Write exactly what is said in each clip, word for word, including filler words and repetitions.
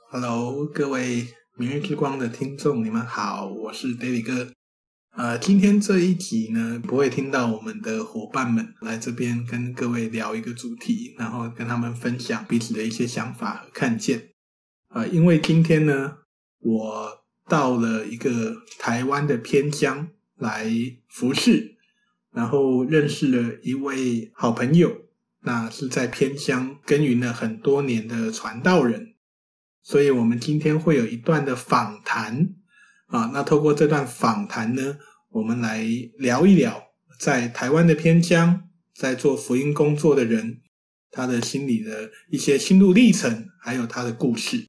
Hello，各位明日之光的听众，你们好，我是 David 哥。呃，今天这一集呢，不会听到我们的伙伴们来这边跟各位聊一个主题，然后跟他们分享彼此的一些想法和看见。呃，因为今天呢，我到了一个台湾的偏乡来服侍，然后认识了一位好朋友，那是在偏乡耕耘了很多年的传道人。所以我们今天会有一段的访谈啊，那透过这段访谈呢，我们来聊一聊在台湾的偏乡，在做福音工作的人，他的心里的一些心路历程，还有他的故事。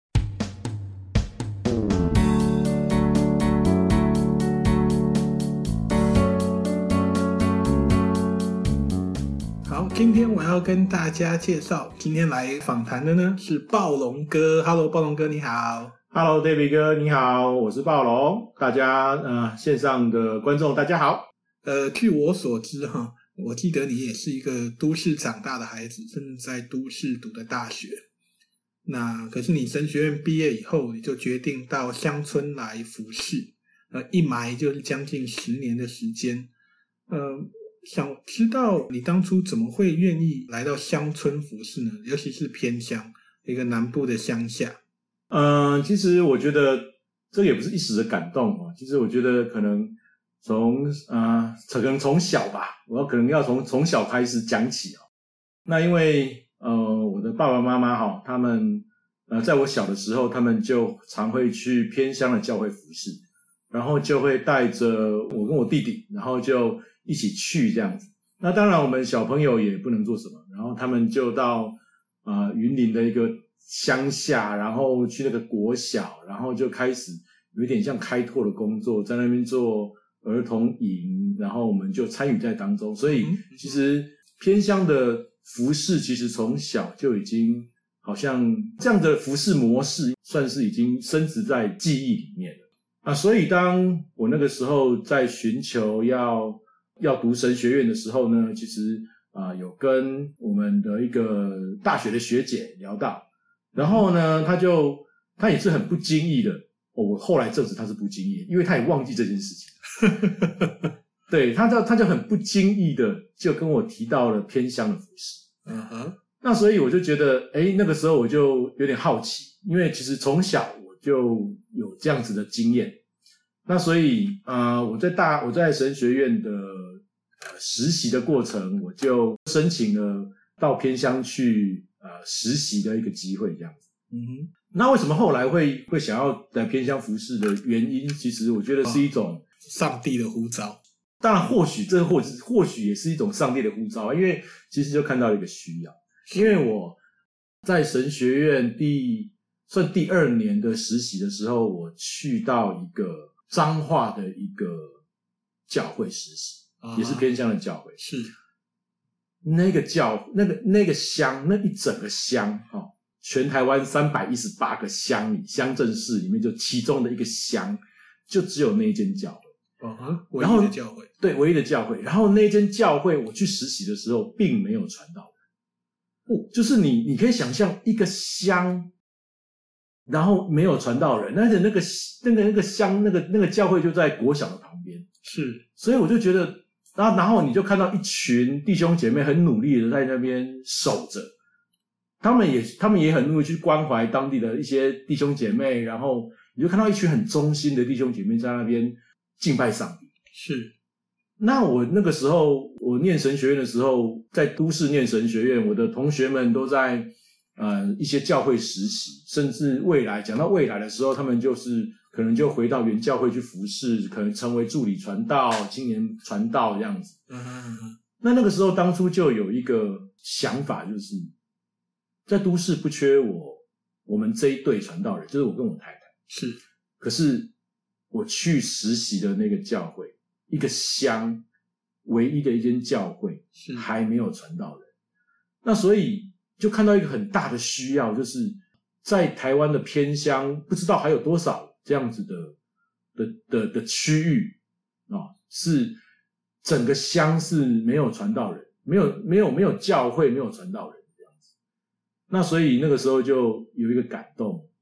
好，今天我要跟大家介绍，今天来访谈的呢是暴龙哥。Hello， 暴龙哥你好。 Hello， David 哥你好，我是暴龙。大家呃线上的观众大家好。 呃，据我所知哈，我记得你也是一个都市长大的孩子，甚至在都市读的大学。那可是你神学院毕业以后，你就决定到乡村来服侍，呃，一埋就是将近十年的时间。呃。想知道你当初怎么会愿意来到乡村服侍呢？尤其是偏乡，一个南部的乡下。 嗯、呃，其实我觉得这个也不是一时的感动哦。其实我觉得可能从呃，可能从小吧，我要可能要从从小开始讲起哦。那因为呃，我的爸爸妈妈哈、哦，他们呃，在我小的时候，他们就常会去偏乡的教会服侍，然后就会带着我跟我弟弟，然后就一起去这样子。那当然我们小朋友也不能做什么，然后他们就到呃云林的一个乡下，然后去那个国小，然后就开始有一点像开拓的工作，在那边做儿童营，然后我们就参与在当中。所以其实偏乡的服事其实从小就已经好像这样的服事模式算是已经深植在记忆里面了啊。所以当我那个时候在寻求要要读神学院的时候呢，其实啊、呃、有跟我们的一个大学的学姐聊到，然后呢，他就他也是很不经意的，哦，我后来证实他是不经意的，因为他也忘记这件事情。对，他就他就很不经意的就跟我提到了偏乡的服事。 嗯哼， 那所以我就觉得，诶，那个时候我就有点好奇，因为其实从小我就有这样子的经验。那所以呃我在大我在神学院的呃实习的过程，我就申请了到偏乡去呃实习的一个机会这样子。 嗯哼， 那为什么后来会会想要来偏乡服事的原因，其实我觉得是一种、哦、 上帝的呼召。 当然或许这或许或许也是一种上帝的呼召，因为其实就看到了一个需要。因为我在神学院第算第二年的实习的时候，我去到一个彰化的一个教会实习，啊、也是偏乡的教会。 是那个教那个那个乡那一整个乡哈、哦，全台湾三百一十八个乡里乡镇市里面，就其中的一个乡，就只有那一间教会。 哦哈，唯一的教会。 对，唯一的教会。然后那间教会我去实习的时候，并没有传道人。哦，就是你你可以想象一个乡，然后没有传道人，但是那个那个那个乡那个那个教会就在国小的旁边。 是， 所以我就觉得，然后然后你就看到一群弟兄姐妹很努力的在那边守着，他们也他们也很努力去关怀当地的一些弟兄姐妹，然后你就看到一群很忠心的弟兄姐妹在那边敬拜上帝。 是， 那我那个时候我念神学院的时候，在都市念神学院，我的同学们都在呃一些教会实习，甚至未来讲到未来的时候，他们就是可能就回到原教会去服侍，可能成为助理传道、青年传道这样子。 嗯哼嗯哼。 那那个时候当初就有一个想法，就是在都市不缺我我们这一对传道人，就是我跟我太太。 是， 可是我去实习的那个教会，一个乡唯一的一间教会是还没有传道人。那所以就看到一个很大的需要，就是在台湾的偏乡，不知道还有多少这样子的的的的区域啊、哦，是整个乡是没有传道人，没有没有没有教会，没有传道人这样子。那所以那个时候就有一个感动，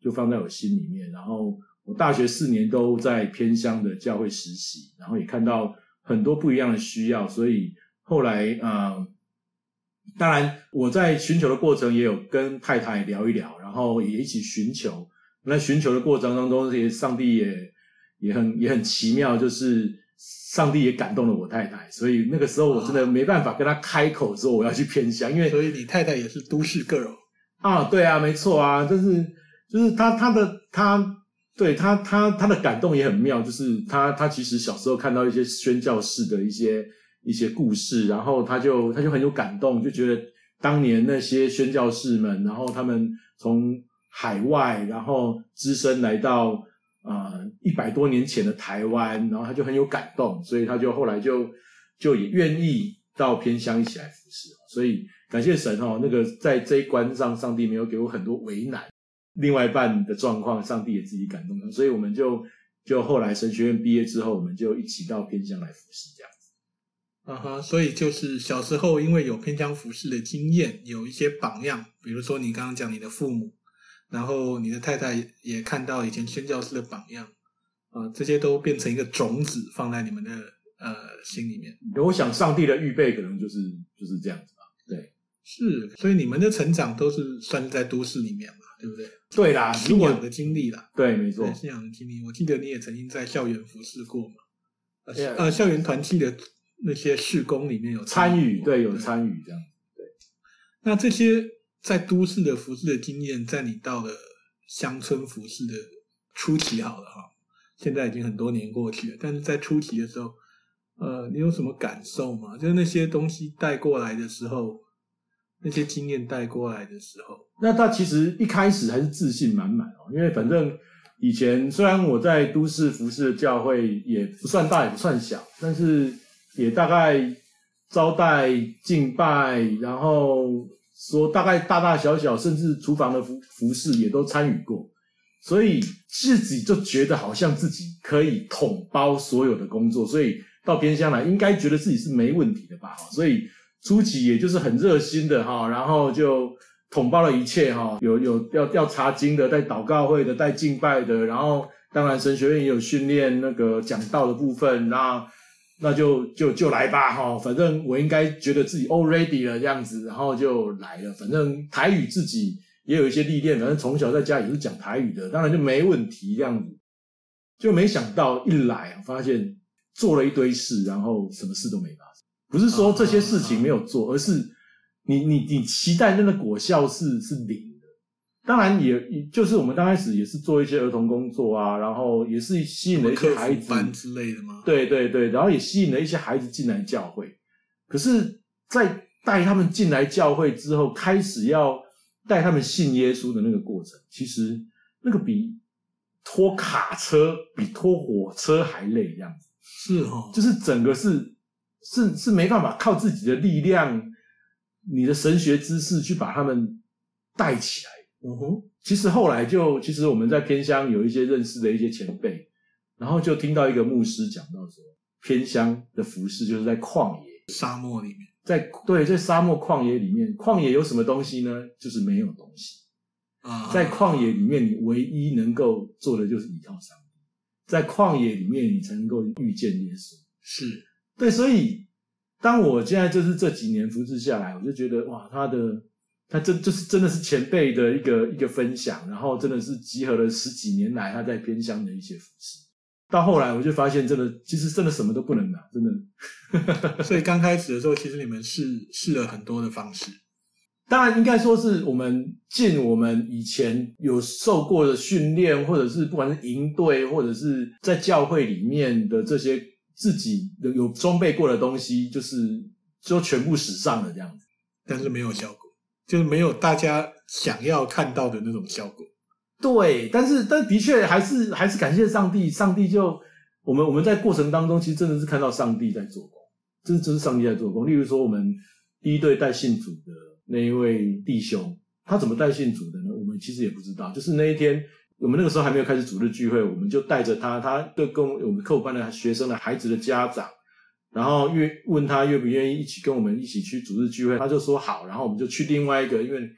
就放在我心里面。然后我大学四年都在偏乡的教会实习，然后也看到很多不一样的需要，所以后来呃，当然我在寻求的过程也有跟太太聊一聊，然后也一起寻求。那寻求的过程当中，也上帝也也很也很奇妙，就是上帝也感动了我太太，所以那个时候我真的没办法跟她开口说我要去偏乡，因为所以你太太也是都市 girl 啊，对啊，没错啊，就是就是她她的她对她她她的感动也很妙，就是她她其实小时候看到一些宣教士的一些一些故事，然后她就她就很有感动，就觉得当年那些宣教士们，然后他们从海外，然后只身来到呃一百多年前的台湾，然后他就很有感动，所以他就后来就就也愿意到偏乡一起来服侍。所以感谢神哦，那个在这一关上，上帝没有给我很多为难。另外一半的状况，上帝也自己感动他，所以我们就就后来神学院毕业之后，我们就一起到偏乡来服侍这样子。 啊哈，所以就是小时候因为有偏乡服侍的经验，有一些榜样，比如说你刚刚讲你的父母。然后你的太太也看到以前宣教士的榜样，啊、呃，这些都变成一个种子放在你们的呃心里面。 我想上帝的预备可能就是就是这样子吧。对， 是，所以你们的成长都是算是在都市里面嘛，对不对？ 对啦， 信仰的经历啦， 对，没错， 信仰的经历。我记得你也曾经在校园服侍过嘛，呃， yeah. 呃校园团契的那些事工里面有参与，对，有对参与这样。对， 那这些。在都市的服侍的经验，在你到了乡村服侍的初期好了哈，现在已经很多年过去了，但是在初期的时候，呃，你有什么感受吗？就是那些东西带过来的时候，那些经验带过来的时候， 那他其实一开始还是自信满满哦，因为反正以前虽然我在都市服侍的教会也不算大也不算小，但是也大概招待敬拜，然后。说大概大大小小，甚至厨房的服服侍也都参与过，所以自己就觉得好像自己可以统包所有的工作，所以到偏乡来应该觉得自己是没问题的吧，所以初期也就是很热心的哈，然后就统包了一切哈，有有要要查经的，带祷告会的，带敬拜的，然后当然神学院也有训练那个讲道的部分，那那就就就来吧齁，反正我应该觉得自己 all ready 了这样子，然后就来了。反正台语自己也有一些历练，反正从小在家也是讲台语的，当然就没问题这样子。就没想到一来发现做了一堆事，然后什么事都没发生。不是说这些事情没有做，而是你你你期待那个果效是是零。当然也就是我们刚开始也是做一些儿童工作啊，然后也是吸引了一些孩子班之类的吗？ 对对对，然后也吸引了一些孩子进来教会。可是在带他们进来教会之后，开始要带他们信耶稣的那个过程，其实那个比拖卡车比拖火车还累这样子。 是哦， 就是整个是是是没办法靠自己的力量，你的神学知识去把他们带起来。嗯哼，其实后来就，其实我们在偏乡有一些认识的一些前辈，然后就听到一个牧师讲到说，偏乡的服事就是在旷野、 沙漠里面， 在对，在沙漠旷野里面，旷野有什么东西呢？就是没有东西啊。在旷野里面，你唯一能够做的就是依靠上帝，在旷野里面，你才能够遇见耶稣。 是对，所以当我现在就是这几年服事下来，我就觉得哇，他的。他真就是真的是前辈的一个一个分享，然后真的是集合了十几年来他在偏乡的一些服事。到后来我就发现，真的其实真的什么都不能拿，真的。 所以刚开始的时候，其实你们试试了很多的方式。 当然应该说是我们尽我们以前有受过的训练，或者是不管是营队，或者是在教会里面的这些自己有装备过的东西，就是就全部使上了这样子， 但是没有效果。就是没有大家想要看到的那种效果。 对，但是但的确还是还是感谢上帝，上帝就我们我们在过程当中，其实真的是看到上帝在做工，这是真是上帝在做工。例如说，我们第一队带信主的那一位弟兄，他怎么带信主的呢？我们其实也不知道。就是那一天，我们那个时候还没有开始主日聚会，我们就带着他，他就跟我们课务班的学生的孩子的家长。然后愿问他愿不愿意一起跟我们一起去主日聚会，他就说好，然后我们就去另外一个，因为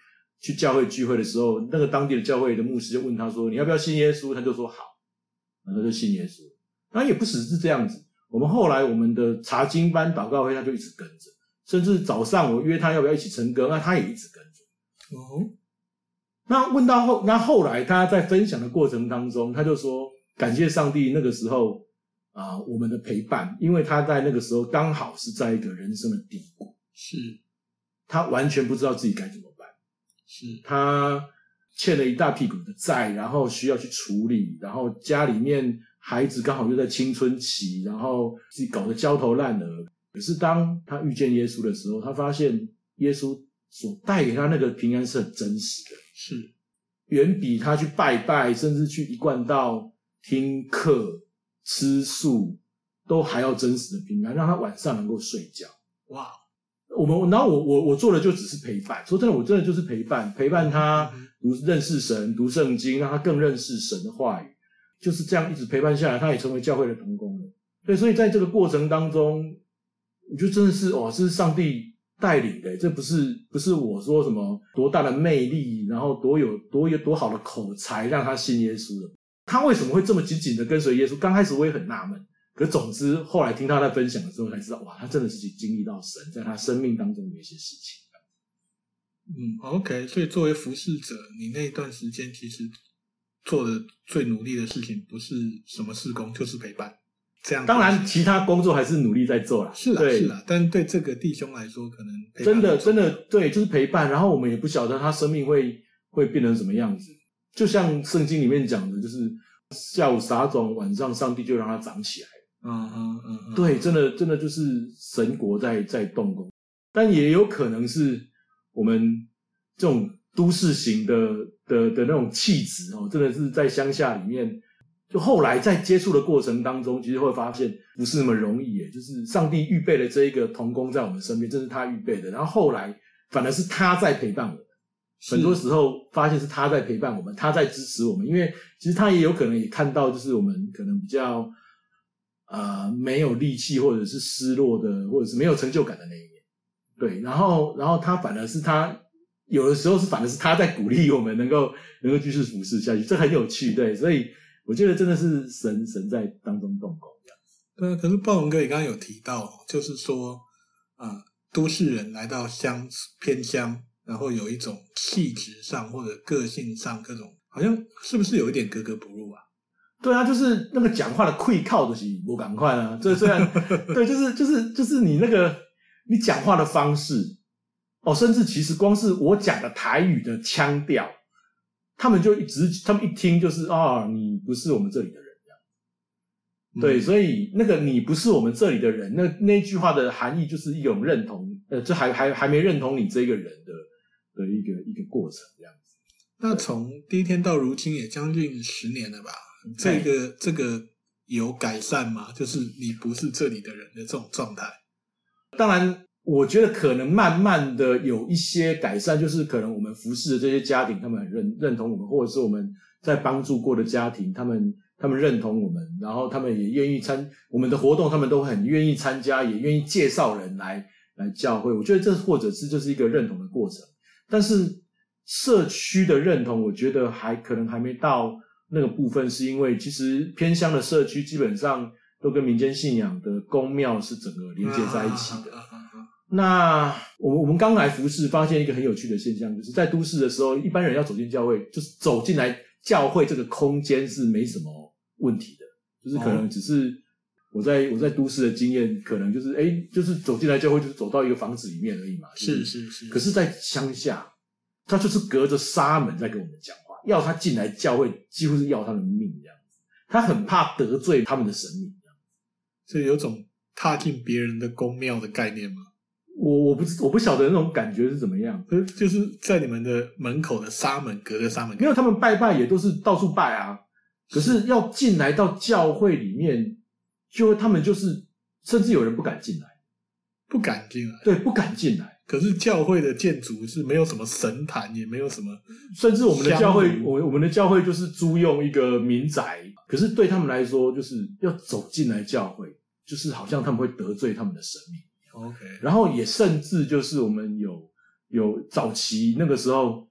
去教会聚会的时候，那个当地的教会的牧师就问他说：“你要不要信耶稣？”他就说：“好。”然后他就信耶稣。那也不只是这样子，我们后来我们的查经班、祷告会，他就一直跟着，甚至早上我约他要不要一起晨更，那他也一直跟着。哦，那问到后，那后来他在分享的过程当中，他就说感谢上帝那个时候啊、呃，我们的陪伴，因为他在那个时候刚好是在一个人生的低谷， 是他完全不知道自己该怎么办， 是他欠了一大屁股的债，然后需要去处理，然后家里面孩子刚好又在青春期，然后自己搞得焦头烂额。可是当他遇见耶稣的时候，他发现耶稣所带给他那个平安是很真实的， 是远比他去拜拜，甚至去一贯道听课、吃素都还要真实的平安，让他晚上能够睡觉。 哇！ 我们，然后我我我做的就只是陪伴，说真的，我真的就是陪伴，陪伴他读认识神，读圣经，让他更认识神的话语，就是这样一直陪伴下来，他也成为教会的同工了。对，所以在这个过程当中，我觉得真的是哇，这是上帝带领的，这不是不是我说什么多大的魅力，然后多有多有多好的口才让他信耶稣的。他为什么会这么紧紧的跟随耶稣？刚开始我也很纳闷。可总之后来听他在分享的时候才知道，哇，他真的是经历到神在他生命当中的一些事情。 嗯 OK， 所以作为服侍者，你那段时间其实做的最努力的事情不是什么事工，就是陪伴。这样， 当然其他工作还是努力在做啦， 是啦是啦，但对这个弟兄来说，可能陪伴真的真的对，就是陪伴。然后我们也不晓得他生命会会变成什么样子，就像圣经里面讲的，就是下午撒种，晚上上帝就让它长起来。 嗯嗯嗯嗯， 对，真的真的就是神国在在动工，但也有可能是我们这种都市型的的的那种气质哦，真的是在乡下里面，就后来在接触的过程当中，其实会发现不是那么容易耶，就是上帝预备了这一个同工在我们身边，这是他预备的，然后后来反而是他在陪伴我们。很多时候发现是他在陪伴我们，他在支持我们，因为其实他也有可能也看到，就是我们可能比较呃没有力气，或者是失落的，或者是没有成就感的那一面。对，然后然后他反而是他有的时候是反而是他在鼓励我们能够能够继续服侍下去，这很有趣。对，所以我觉得真的是神神在当中动工这样子。 对，可是暴龙哥也刚刚有提到，就是说啊、呃，都市人来到乡偏乡。然后有一种气质上或者个性上各种，好像是不是有一点格格不入啊？ 对啊，就是那个讲话的溃靠的是我赶快啊，这虽然对，就是就是就是你那个你讲话的方式哦，甚至其实光是我讲的台语的腔调，他们就一直他们一听就是啊、哦，你不是我们这里的人这样。嗯、对，所以那个你不是我们这里的人，那那句话的含义就是一种认同，呃，这还还还没认同你这个人的。的一个一个过程这样子。 那从第一天到如今也将近十年了吧？这个这个有改善吗？就是你不是这里的人的这种状态。 当然，我觉得可能慢慢的有一些改善，就是可能我们服侍的这些家庭，他们很认认同我们，或者是我们在帮助过的家庭，他们他们认同我们，然后他们也愿意参我们的活动，他们都很愿意参加，也愿意介绍人来来教会。我觉得这或者是就是一个认同的过程。但是社区的认同，我觉得还可能还没到那个部分，是因为其实偏乡的社区基本上都跟民间信仰的宫庙是整个连接在一起的。啊啊啊啊啊、那我们我们刚来服侍，发现一个很有趣的现象，就是在都市的时候，一般人要走进教会，就是走进来教会这个空间是没什么问题的，就是可能只是我在我在都市的经验，可能就是诶，就是走进来教会就是走到一个房子里面而已嘛。 是是是。 可是，在乡下，他就是隔着纱门在跟我们讲话，要他进来教会，几乎是要他的命这样子。他很怕得罪他们的神明这样子。 所以有种踏进别人的宫庙的概念吗？ 我我不我不晓得那种感觉是怎么样。 就是在你们的门口的纱门，隔着纱门。 因为他们拜拜也都是到处拜啊，可是要进来到教会里面。就他们就是，甚至有人不敢进来， 不敢进来， 对，不敢进来。 可是教会的建筑是没有什么神坛，也没有什么， 甚至我们的教会，我我们的教会就是租用一个民宅，可是对他们来说，就是要走进来教会，就是好像他们会得罪他们的神明。 OK， 然后也甚至就是我们有有早期那个时候，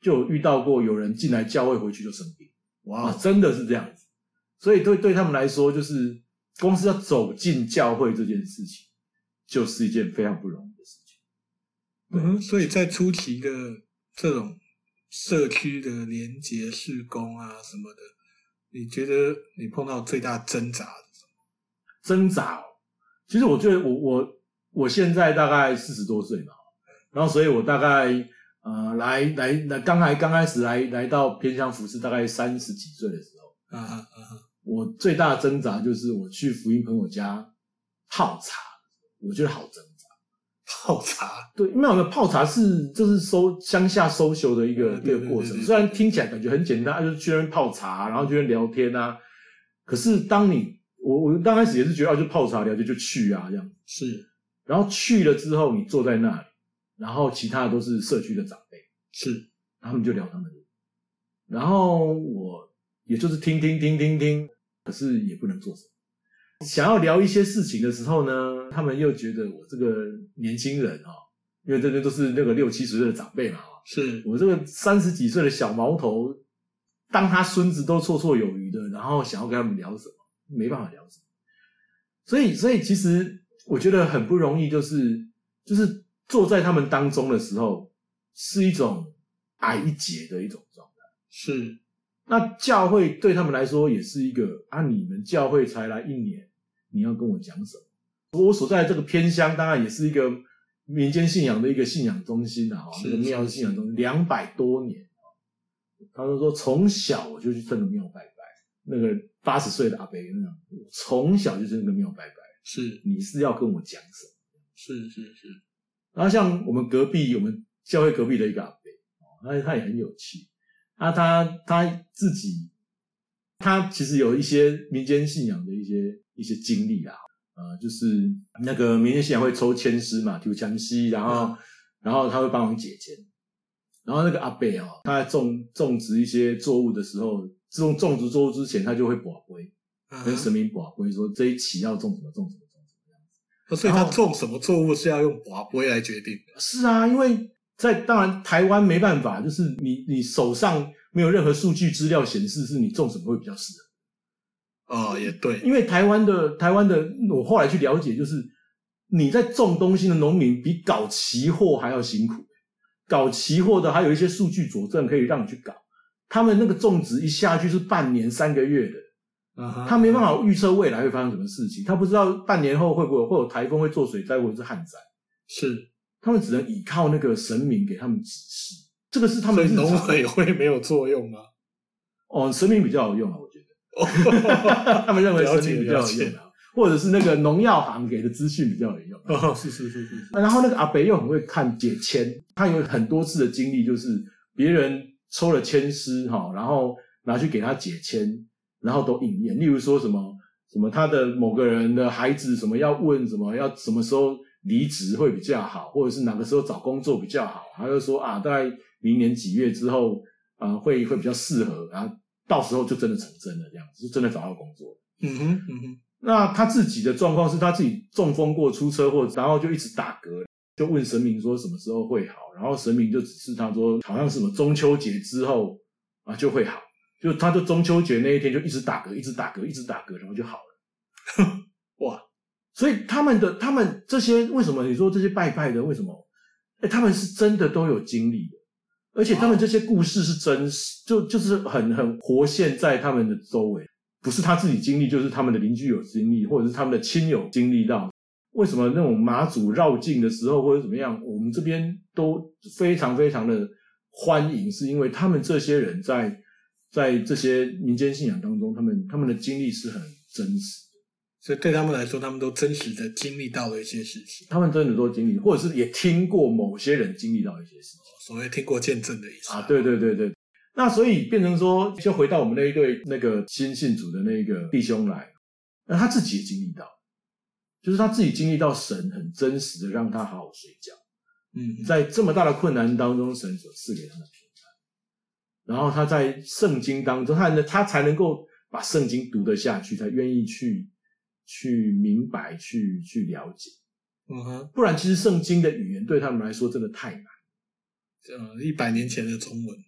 就有遇到过有人进来教会回去就生病， 哇、 啊，真的是这样子。所以对对他们来说，就是光是要走进教会这件事情，就是一件非常不容易的事情。 嗯，所以在初期的这种社区的连结事工啊什么的，你觉得你碰到最大挣扎是什么？ 挣扎哦，其实我觉得我我我现在大概四十多岁嘛，然后所以我大概呃来来来刚来刚开始来来到偏乡服事，大概三十几岁的时候， 啊啊啊！ 我最大的挣扎就是我去福音朋友家泡茶，我觉得好挣扎。 泡茶， 对，没有没有，泡茶是就是收乡下收修的一个、 嗯、 一个过程，虽然听起来感觉很简单，就是去那边泡茶，然后去那边聊天啊。可是当你我我刚开始也是觉得，啊，就泡茶聊天就去啊这样是， 然后去了之后，你坐在那里，然后其他的都是社区的长辈， 是， 然后他们就聊他们的，然后我也就是听听听听听，可是也不能做什么。想要聊一些事情的时候呢，他们又觉得我这个年轻人啊、哦，因为这边都是那个六七十岁的长辈嘛， 是我这个三十几岁的小毛头，当他孙子都绰绰有余的，然后想要跟他们聊什么，没办法聊什么。所以，所以其实我觉得很不容易，就是就是坐在他们当中的时候，是一种矮一截的一种状态。 是， 那教会对他们来说也是一个啊，你们教会才来一年，你要跟我讲什么？我所在的这个偏乡，当然也是一个民间信仰的一个信仰中心啊，那个庙信仰中心两百多年。他就说，从小我就去这个庙拜拜，那个八十岁的阿伯那样，从小就去那个庙拜拜。 是， 你是要跟我讲什么？ 是是是。 然后像我们隔壁，我们教会隔壁的一个阿伯，他他也很有趣。啊，他他自己，他其实有一些民间信仰的一些一些经历啦，呃，就是那个民间信仰会抽签师嘛，抽签师，然后、嗯、然后他会帮忙解签，然后那个阿伯哦，他在种种植一些作物的时候，种种植作物之前，他就会跋杯，跟神明跋杯说这一期要种什么种什么种什么这样子。 所以他种什么作物是要用跋杯来决定的。 是啊，因为。在当然台湾没办法，就是你你手上没有任何数据资料显示是你种什么会比较适合。哦，也对， 因为台湾的台湾的我后来去了解，就是你在种东西的农民比搞期货还要辛苦。搞期货的还有一些数据佐证可以让你去搞，他们那个种植一下去是半年三个月的， uh-huh, 他没办法预测未来会发生什么事情，他不知道半年后会不会会有台风会做水灾或者是旱灾， 是。 他们只能依靠那个神明给他们指示，这个是他们日常。 所以农委会没有作用吗？ 哦，神明比较有用啊，我觉得。他们认为神明比较有用啊，或者是那个农药行给的资讯比较有用。 哦，是是是是。 然后那个阿北又很会看解签，他有很多次的经历，就是别人抽了签师哈，然后拿去给他解签，然后都应验。例如说什么什么他的某个人的孩子什么要问什么要什么时候离职会比较好，或者是哪个时候找工作比较好，他就说啊，大概明年几月之后啊、呃、会会比较适合，然后到时候就真的成真了，这样子就真的找到工作。 嗯哼嗯哼。 那他自己的状况是他自己中风过出车祸，然后就一直打嗝，就问神明说什么时候会好，然后神明就指示他说好像是什么中秋节之后啊就会好，就他就中秋节那一天就一直打嗝一直打嗝一直打嗝，然后就好了。哇！所以他们的他们这些为什么你说这些拜拜的为什么？哎，他们是真的都有经历的，而且他们这些故事是真实，就就是很很活现在他们的周围，不是他自己经历，就是他们的邻居有经历，或者是他们的亲友经历到。为什么那种马祖绕境的时候或者怎么样，我们这边都非常非常的欢迎，是因为他们这些人在在这些民间信仰当中，他们他们的经历是很真实。 所以对他们来说，他们都真实的经历到了一些事情， 他们真的都经历，或者是也听过某些人经历到一些事情， 所谓听过见证的意思啊。对对对对，那所以变成说，就回到我们那一对那个新信主的那个弟兄来，那他自己也经历到，就是他自己经历到神很真实的让他好好睡觉， 嗯， 在这么大的困难当中，神所赐给他的平安，然后他在圣经当中，他他才能够把圣经读得下去，才愿意去。去明白去去了解， 嗯哼， 不然其实圣经的语言对他们来说真的太难。 嗯，一百年前的中文，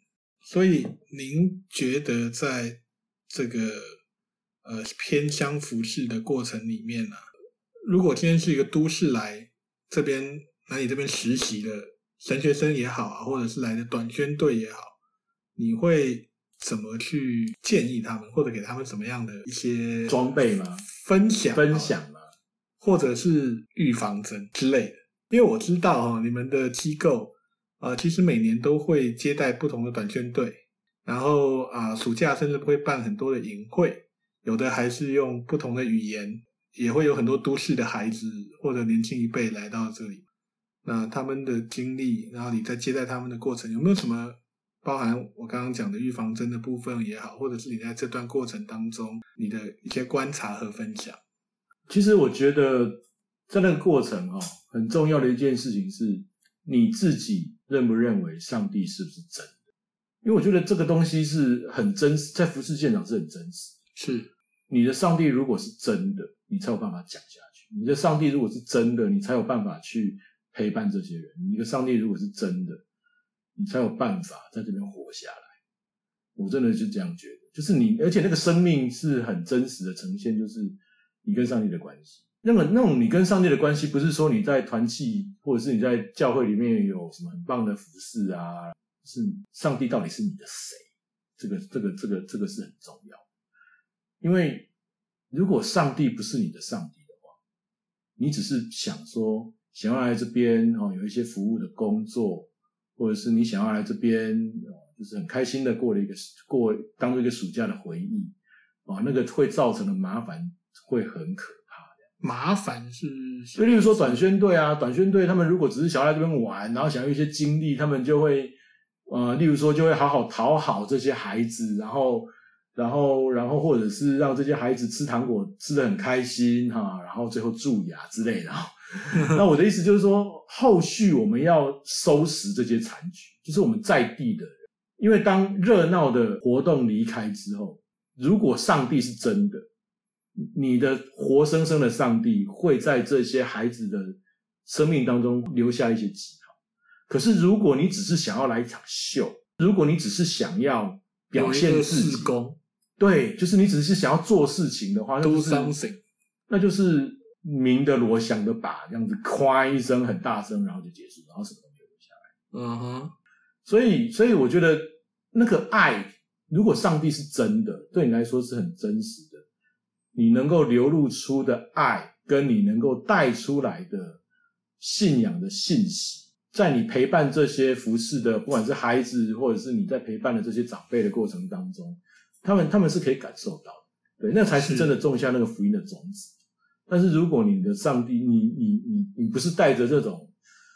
所以您觉得在这个呃偏乡服饰的过程里面啊，如果今天是一个都市来这边来你这边实习的神学生也好啊，或者是来的短宣队也好，你会怎么去建议他们，或者给他们什么样的一些装备吗？ 分享分享吗？ 或者是预防针之类的？因为我知道哦，你们的机构呃，其实每年都会接待不同的短宣队，然后啊、呃，暑假甚至会办很多的营会，有的还是用不同的语言，也会有很多都市的孩子或者年轻一辈来到这里。那他们的经历，然后你在接待他们的过程，有没有什么包含我刚刚讲的预防针的部分也好，或者是你在这段过程当中你的一些观察和分享？ 其实我觉得在那个过程哦，很重要的一件事情是你自己认不认为上帝是不是真的？因为我觉得这个东西是很真实，在服事现场是很真实。 是你的上帝如果是真的，你才有办法讲下去；你的上帝如果是真的，你才有办法去陪伴这些人；你的上帝如果是真的，你才有办法在这边活下来。我真的是这样觉得，就是你，而且那个生命是很真实的呈现，就是你跟上帝的关系。那么那种你跟上帝的关系，不是说你在团契或者是你在教会里面有什么很棒的服事啊，是上帝到底是你的谁？这个这个这个这个是很重要。因为如果上帝不是你的上帝的话，你只是想说想要来这边哦有一些服务的工作，或者是你想要来这边哦就是很开心的过了一个过当做一个暑假的回忆啊、哦，那个会造成的麻烦会很可怕。 麻烦是， 就例如说短宣队啊，短宣队他们如果只是想要来这边玩，然后想要一些经历，他们就会呃，例如说就会好好讨好这些孩子，然后然后然后或者是让这些孩子吃糖果吃得很开心哈，然后最后蛀牙之类的。那我的意思就是说，后续我们要收拾这些残局，就是我们在地的人，因为当热闹的活动离开之后，如果上帝是真的，你的活生生的上帝会在这些孩子的生命当中留下一些记号。可是如果你只是想要来一场秀，如果你只是想要表现自己，对，就是你只是想要做事情的话， do 就是 something， 那就是鸣的锣响的把，这样子夸一声很大声，然后就结束，然后什么都没有留下来。 嗯哼， 所以所以我觉得那个爱，如果上帝是真的，对你来说是很真实的，你能够流露出的爱跟你能够带出来的信仰的信息，在你陪伴这些服侍的不管是孩子或者是你在陪伴的这些长辈的过程当中，他们他们是可以感受到的，对，那才是真的种下那个福音的种子。但是如果你的上帝你你你你不是带着这种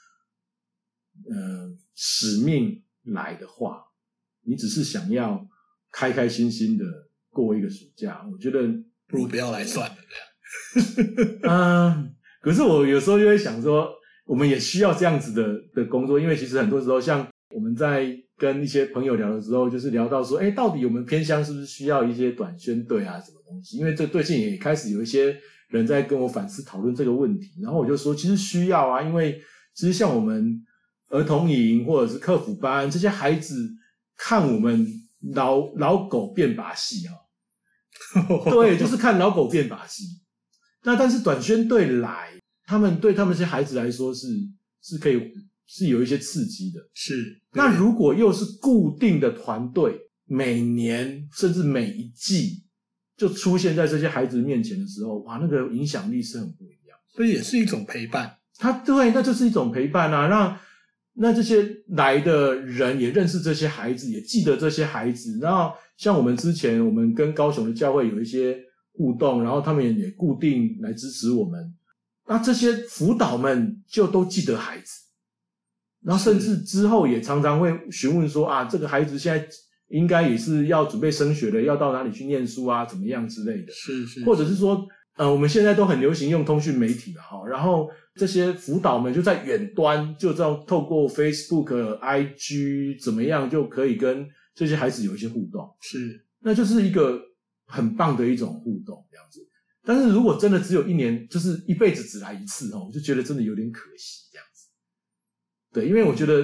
呃使命来的话，你只是想要开开心心的过一个暑假，我觉得不如不要来算了这样。嗯，可是我有时候就会想说，我们也需要这样子的的工作，因为其实很多时候像我们在跟一些朋友聊的时候，就是聊到说，哎，到底我们偏乡是不是需要一些短宣队啊什么东西？因为这最近也开始有一些人在跟我反思讨论这个问题，然后我就说其实需要啊，因为其实像我们儿童营或者是客服班这些孩子看我们老老狗变把戏啊，对，就是看老狗变把戏。那但是短宣队来，他们对他们这些孩子来说是是可以是有一些刺激的。 是， 那如果又是固定的团队，每年甚至每一季就出现在这些孩子面前的时候，哇，那个影响力是很不一样。 所以也是一种陪伴。 他对，那就是一种陪伴啊，让那这些来的人也认识这些孩子，也记得这些孩子。然后像我们之前我们跟高雄的教会有一些互动，然后他们也固定来支持我们，那这些辅导们就都记得孩子，然后甚至之后也常常会询问说啊，这个孩子现在应该也是要准备升学了，要到哪里去念书啊，怎么样之类的。 是是， 或者是说呃，我们现在都很流行用通讯媒体了哈，然后这些辅导们就在远端，就这样透过 Facebook、I G 怎么样就可以跟这些孩子有一些互动， 是， 那就是一个很棒的一种互动这样子。但是如果真的只有一年，就是一辈子只来一次哈，我就觉得真的有点可惜这样子。对，因为我觉得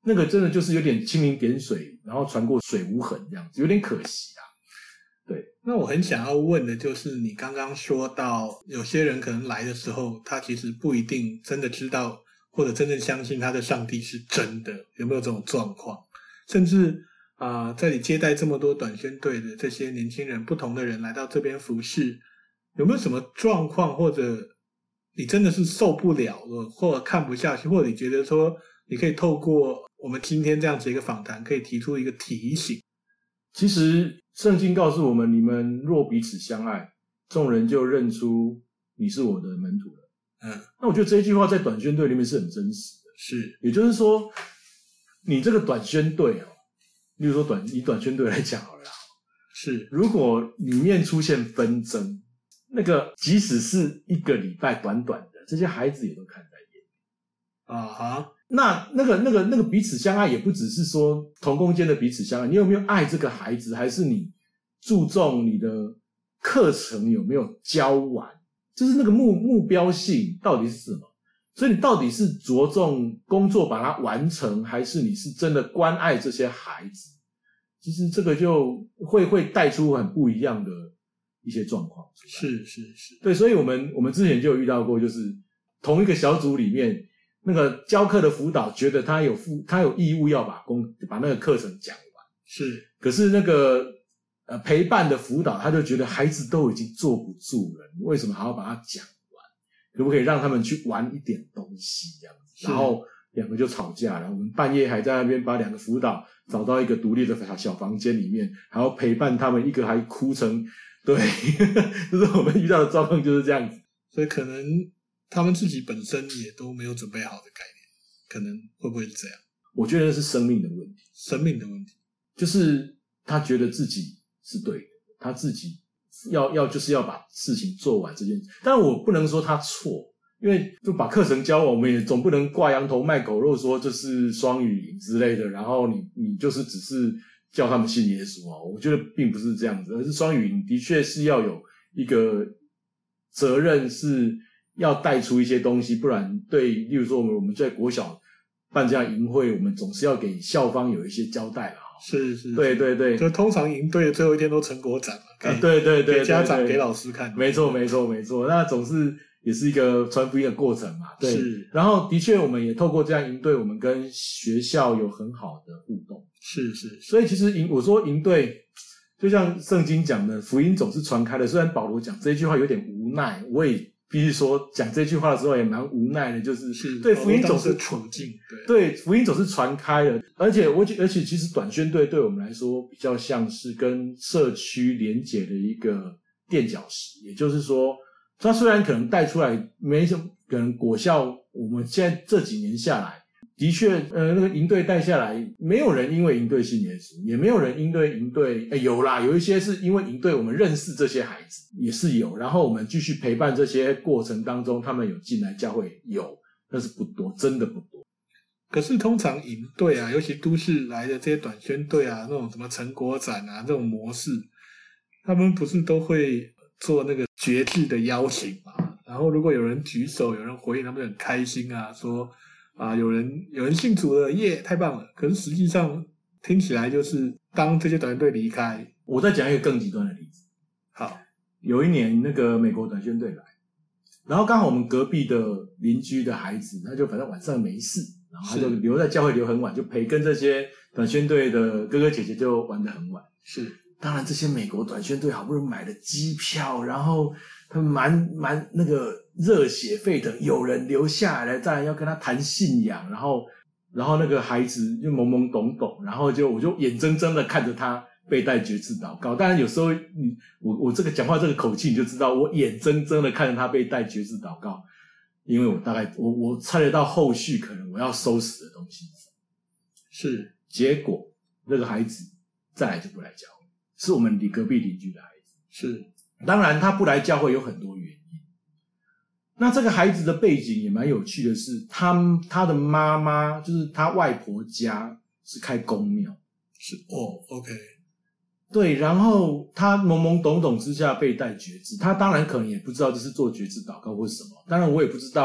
那个真的就是有点蜻蜓点水，然后船过水无痕这样子，有点可惜啊。对， 那我很想要问的就是，你刚刚说到有些人可能来的时候，他其实不一定真的知道或者真正相信他的上帝是真的，有没有这种状况？甚至啊、呃，在你接待这么多短宣队的这些年轻人，不同的人来到这边服侍，有没有什么状况，或者你真的是受不了了，或者看不下去，或者你觉得说你可以透过我们今天这样子一个访谈，可以提出一个提醒？ 其实圣经告诉我们，你们若彼此相爱，众人就认出你是我的门徒了。 嗯， 那我觉得这一句话在短宣队里面是很真实的。 是， 也就是说，你这个短宣队哦，例如说短以短宣队来讲好了啦， 是， 如果里面出现纷争，那个即使是一个礼拜短短的，这些孩子也都看在眼里啊哈。 那那个那个那个彼此相爱，也不只是说同工间的彼此相爱，你有没有爱这个孩子，还是你注重你的课程有没有教完，就是那个目目标性到底是什么？所以你到底是着重工作把它完成，还是你是真的关爱这些孩子？其实这个就会会带出很不一样的一些状况。 是是是， 对，所以我们我们之前就有遇到过，就是同一个小组里面，那个教课的辅导觉得他有负他有义务要把工把那个课程讲完， 是， 可是那个呃陪伴的辅导他就觉得孩子都已经坐不住了，为什么还要把它讲完？可不可以让他们去玩一点东西这样子？然后两个就吵架了，我们半夜还在那边把两个辅导找到一个独立的小房间里面，还要陪伴他们，一个还哭成对，就是我们遇到的状况就是这样子。 所以可能他们自己本身也都没有准备好的概念，可能会不会是这样？ 我觉得是生命的问题， 生命的问题， 就是他觉得自己是对的，他自己要要就是要把事情做完这件事。但我不能说他错，因为就把课程教完，我们也总不能挂羊头卖狗肉说这是双语营之类的，然后你你就是只是叫他们信耶稣啊。我觉得并不是这样子，而是双语营的确是要有一个责任，是要带出一些东西，不然对，例如说我们我们在国小办这样营会，我们总是要给校方有一些交代啦。 是是， 对对对， 就通常营队的最后一天都成果展嘛，给、 啊、对对 对, 对， 给家长给老师看， 没错没错没错，那总是也是一个传福音的过程嘛。对， 是。 然后的确我们也透过这样营队，我们跟学校有很好的互动。 是是， 所以其实营我说营队就像圣经讲的，福音总是传开的。虽然保罗讲这一句话有点无奈，我也必须说讲这句话的时候也蛮无奈的，就是是对福音总是处境， 对对福音总是传开了，而且我而且其实短宣队对我们来说比较像是跟社区连结的一个垫脚石，也就是说，它虽然可能带出来没什么，可能果效，我们现在这几年下来。的确，呃，那个营队带下来，没有人因为营队信耶稣，也没有人因为营队，哎，有啦，有一些是因为营队我们认识这些孩子，也是有，然后我们继续陪伴这些过程当中，他们有进来教会，有，但是不多，真的不多。 可是通常营队啊，尤其都市来的这些短宣队啊，那种什么成果展啊这种模式，他们不是都会做那个决志的邀请嘛？然后如果有人举手，有人回应，他们就很开心啊，说。啊，有人有人信主了，耶，太棒了！可是实际上听起来就是，当这些短宣队离开， 我再讲一个更极端的例子。 好， 有一年那个美国短宣队来，然后刚好我们隔壁的邻居的孩子，他就反正晚上没事，然后他就留在教会留很晚，就陪跟这些短宣队的哥哥姐姐就玩得很晚。 是， 当然这些美国短宣队好不容易买了机票，然后他们蛮蛮那个。热血沸腾，有人留下来，再来要跟他谈信仰，然后，然后那个孩子就懵懵懂懂，然后就我就眼睁睁的看着他被带决志祷告。当然有时候你我我这个讲话这个口气你就知道，我眼睁睁的看着他被带决志祷告，因为我大概我我猜得到后续可能我要收拾的东西是，结果那个孩子再来就不来教会，是我们隔壁邻居的孩子。 是， 当然他不来教会有很多原因。那这个孩子的背景也蛮有趣的是，他他的妈妈就是他外婆家是开公庙， 是哦 ，OK， 对，然后他懵懵懂懂之下被带决志，他当然可能也不知道这是做决志祷告或什么，当然我也不知道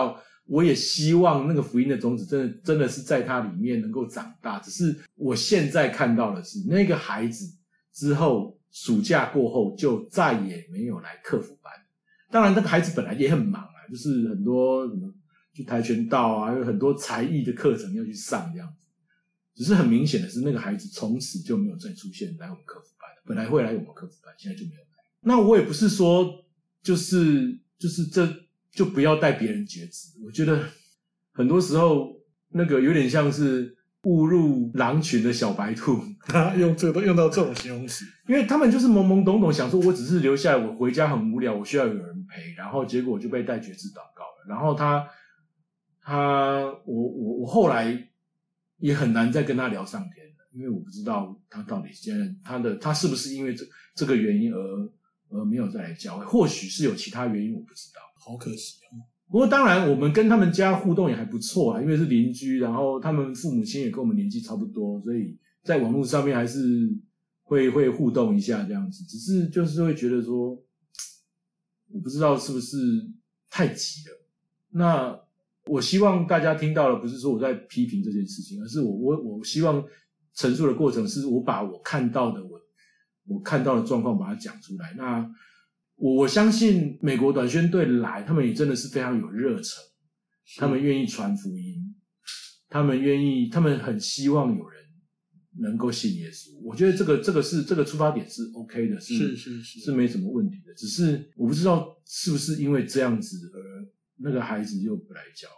我也希望那个福音的种子真的真的是在他里面能够长大。只是我现在看到的是，那个孩子之后暑假过后就再也没有来客服班。当然，那个孩子本来也很忙啊，就是很多什么去跆拳道啊，有很多才艺的课程要去上这样子。只是很明显的是，那个孩子从此就没有再出现来我们客服班了。本来会来我们客服班，现在就没有来。那我也不是说就是就是这就不要带别人觉知。我觉得很多时候那个有点像是误入狼群的小白兔， 用这个用到这种形容词， 因为他们就是懵懵懂懂想说，我只是留下来，我回家很无聊，我需要有人陪，然后结果我就被带觉知祷告了。然后他他我我我后来也很难再跟他聊上天了，因为我不知道他到底现在他的他是不是因为这这个原因而而没有再来教会，或许是有其他原因，我不知道。 好可惜哦。 不过当然我们跟他们家互动也还不错啊，因为是邻居，然后他们父母亲也跟我们年纪差不多，所以在网络上面还是会会互动一下这样子。只是就是会觉得说，我不知道是不是太急了。那我希望大家听到的不是说我在批评这件事情，而是我我我希望陈述的过程是我把我看到的我我看到的状况把它讲出来。那我我相信美国短宣队来，他们也真的是非常有热忱，他们愿意传福音，他们愿意，他们很希望有人能够信耶稣。我觉得这个这个是这个出发点是 OK 的，是是是是是没什么问题的。只是我不知道是不是因为这样子而那个孩子又不来教。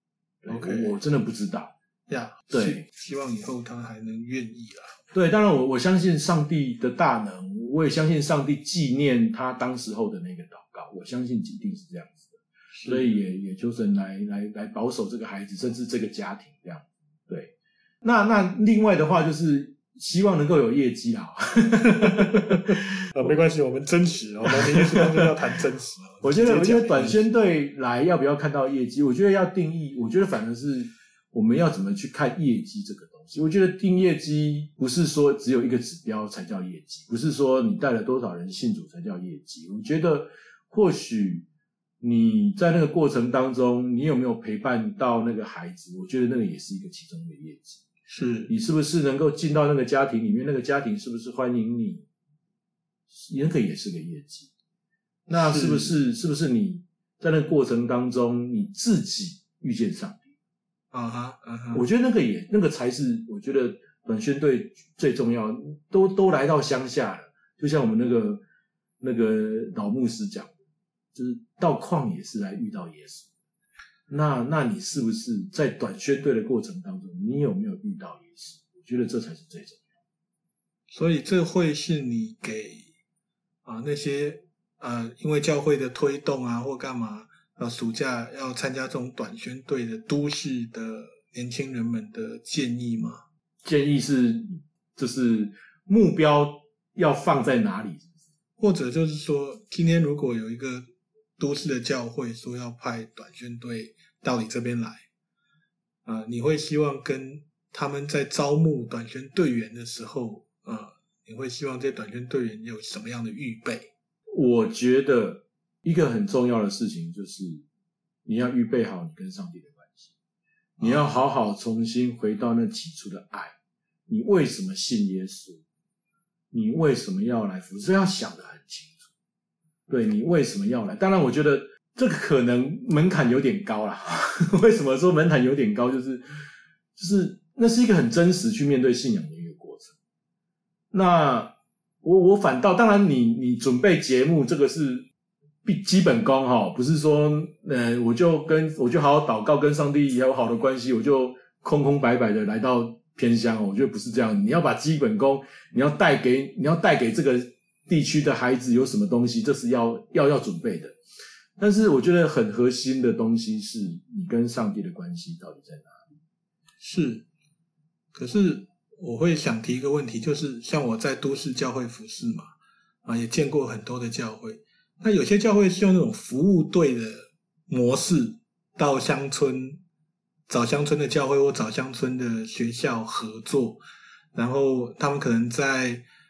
OK， 我, 我真的不知道呀。Yeah, 对， 希望以后他还能愿意啦。 对，当然我我相信上帝的大能，我也相信上帝纪念他当时候的那个祷告，我相信一定是这样子的，所以也也求神来来来保守这个孩子，甚至这个家庭这样。对，那那另外的话就是希望能够有业绩啦。 呃，没关系，我们真实哦，我们耶稣当中要谈真实。 我觉得，我觉得短宣队来要不要看到业绩？我觉得要定义，我觉得反而是我们要怎么去看业绩这个东西。我觉得定业绩不是说只有一个指标才叫业绩，不是说你带了多少人信主才叫业绩。我觉得或许你在那个过程当中，你有没有陪伴到那个孩子？我觉得那个也是一个其中的业绩。 是你是不是能够进到那个家庭里面？那个家庭是不是欢迎你？那个也是个业绩。那是不是是不是你在那个过程当中你自己遇见上帝？ 啊哈啊哈， 我觉得那个也那个才是我觉得短宣队最重要。都都来到乡下了，就像我们那个那个老牧师讲的，就是到旷野是来遇到耶稣。那那你是不是在短宣队的过程当中，你有没有遇到耶稣？我觉得这才是最重要。 所以这会是你给啊那些呃因为教会的推动啊或干嘛呃暑假要参加这种短宣队的都市的年轻人们的建议吗？ 建议是就是目标要放在哪里？ 或者就是说，今天如果有一个都市的教会说要派短宣队到你这边来，呃，你会希望跟他们在招募短宣队员的时候，呃，你会希望这些短宣队员有什么样的预备？ 我觉得一个很重要的事情就是你要预备好你跟上帝的关系，你要好好重新回到那起初的爱。你为什么信耶稣？你为什么要来服侍？要想得很清楚。对，你为什么要来？当然我觉得这个可能门槛有点高啦。为什么说门槛有点高？就是就是那是一个很真实去面对信仰的一个过程。那我我反倒，当然你你准备节目这个是基本功齁，不是说呃我就跟我就好好祷告，跟上帝有好的关系，我就空空白白的来到偏乡。我觉得不是这样，你要把基本功，你要带给你要带给这个地区的孩子有什么东西，这是要要要准备的。但是我觉得很核心的东西是你跟上帝的关系到底在哪里？ 是，可是我会想提一个问题，就是像我在都市教会服侍嘛，啊，也见过很多的教会。那有些教会是用那种服务队的模式到乡村，找乡村的教会或找乡村的学校合作，然后他们可能在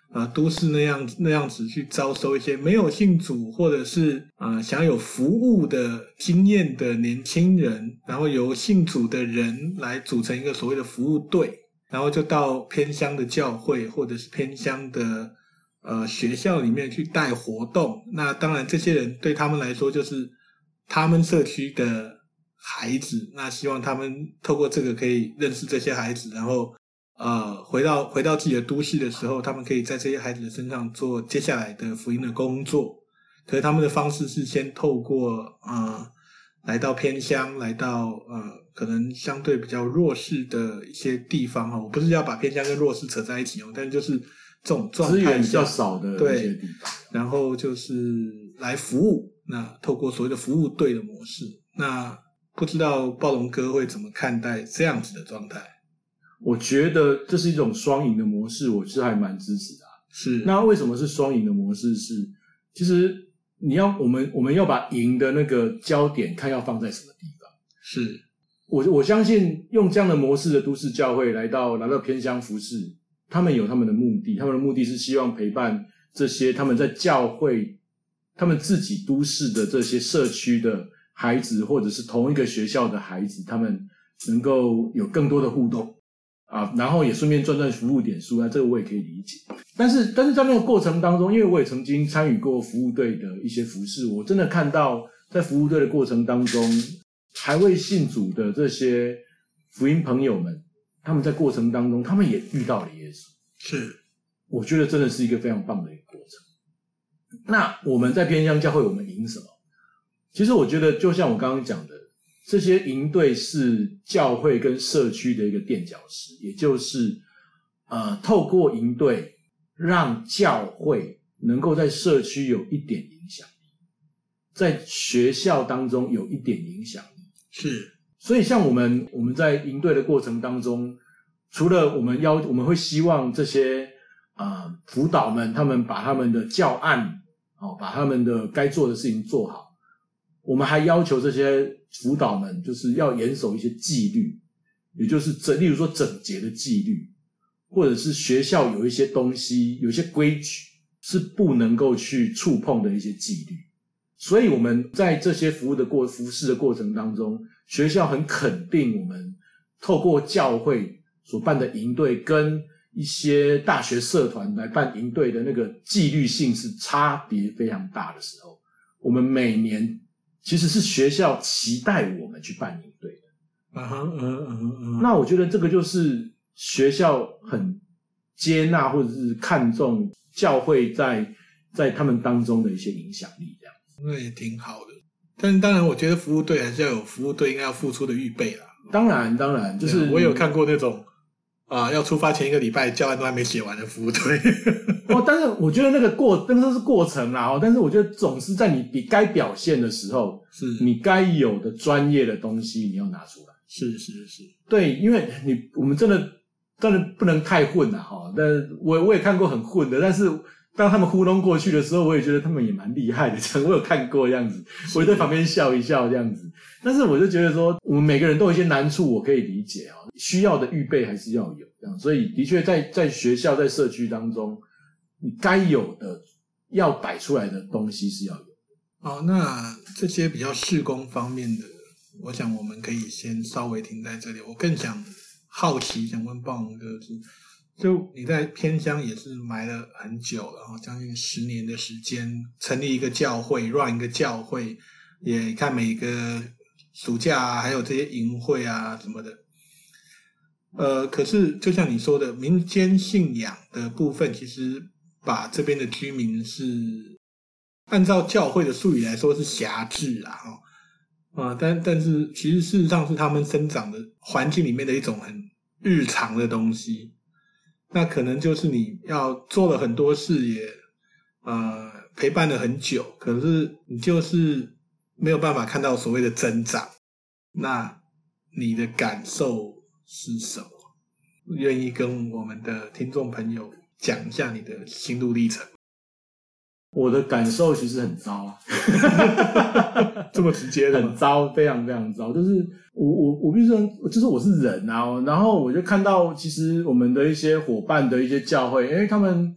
呃都市那样那样子去招收一些没有信主或者是呃想有服务的经验的年轻人，然后由信主的人来组成一个所谓的服务队，然后就到偏乡的教会或者是偏乡的呃学校里面去带活动。那当然这些人对他们来说就是他们社区的孩子，那希望他们透过这个可以认识这些孩子，然后呃回到回到自己的都市的时候，他们可以在这些孩子的身上做接下来的福音的工作。可是他们的方式是先透过呃来到偏乡，来到呃可能相对比较弱势的一些地方哈，我不是要把偏乡跟弱势扯在一起哦，但是就是这种状态资源比较少的一些地方， 然后就是来服务，那透过所谓的服务队的模式。那不知道暴龙哥会怎么看待这样子的状态？ 我觉得这是一种双赢的模式，我是还蛮支持的、啊。 是， 那为什么是双赢的模式？是其实你要我们我们要把赢的那个焦点看要放在什么地方。 是我我相信用这样的模式的都市教会来到来到偏乡服事，他们有他们的目的，他们的目的是希望陪伴这些他们在教会他们自己都市的这些社区的孩子，或者是同一个学校的孩子，他们能够有更多的互动啊，然后也顺便赚赚服务点数啊，这个我也可以理解。但是但是在那个过程当中，因为我也曾经参与过服务队的一些服事，我真的看到在服务队的过程当中，还未信主的这些福音朋友们，他们在过程当中他们也遇到了耶稣。 是， 我觉得真的是一个非常棒的一个过程。那我们在偏乡教会我们赢什么？其实我觉得就像我刚刚讲的，这些营队是教会跟社区的一个垫脚石，也就是呃，透过营队让教会能够在社区有一点影响力，在学校当中有一点影响力。 是， 所以像我们我们在营队的过程当中，除了我们要我们会希望这些呃辅导们他们把他们的教案哦，把他们的该做的事情做好，我们还要求这些辅导们就是要严守一些纪律，也就是整例如说整洁的纪律，或者是学校有一些东西有一些规矩是不能够去触碰的一些纪律。所以我们在这些服务的过服事的过程当中，学校很肯定我们透过教会所办的营队跟一些大学社团来办营队的那个纪律性是差别非常大的时候，我们每年其实是学校期待我们去办营队的。 嗯哼嗯嗯嗯。 那我觉得这个就是学校很接纳或者是看重教会在在他们当中的一些影响力，这样那也挺好的。但是当然我觉得服务队还是要有服务队应该要付出的预备啦。 当然当然就是我有看过那种啊、呃，要出发前一个礼拜教案都还没写完的服务队。 哦，但是我觉得那个过那个是过程啦，哦，但是我觉得总是在你你该表现的时候， 是你该有的专业的东西你要拿出来。 是是是， 对，因为你我们真的真的不能太混啦哈。但我我也看过很混的，但是当他们糊弄过去的时候，我也觉得他们也蛮厉害的，这样我有看过这样子，我就在旁边笑一笑这样子。但是我就觉得说，我们每个人都有一些难处，我可以理解啊，需要的预备还是要有这样。所以的确在在学校在社区当中，你该有的要摆出来的东西是要有的。 好，那这些比较事工方面的，我想我们可以先稍微停在这里。我更想好奇，想问暴龙哥是。就你在偏乡也是埋了很久了，将近十年的时间，成立一个教会 run 一个教会，也看每个暑假啊还有这些营会啊什么的。呃，可是就像你说的，民间信仰的部分其实把这边的居民是按照教会的术语来说是辖制啊，啊，但但是其实事实上是他们生长的环境里面的一种很日常的东西。那可能就是你要做了很多事，也呃陪伴了很久，可是你就是没有办法看到所谓的增长。那你的感受是什么？愿意跟我们的听众朋友讲一下你的心路历程？ 我的感受其实很糟啊， 这么直接的很糟，非常非常糟。就是我我我必须说，就是我是人啊，然后我就看到其实我们的一些伙伴的一些教会，因为他们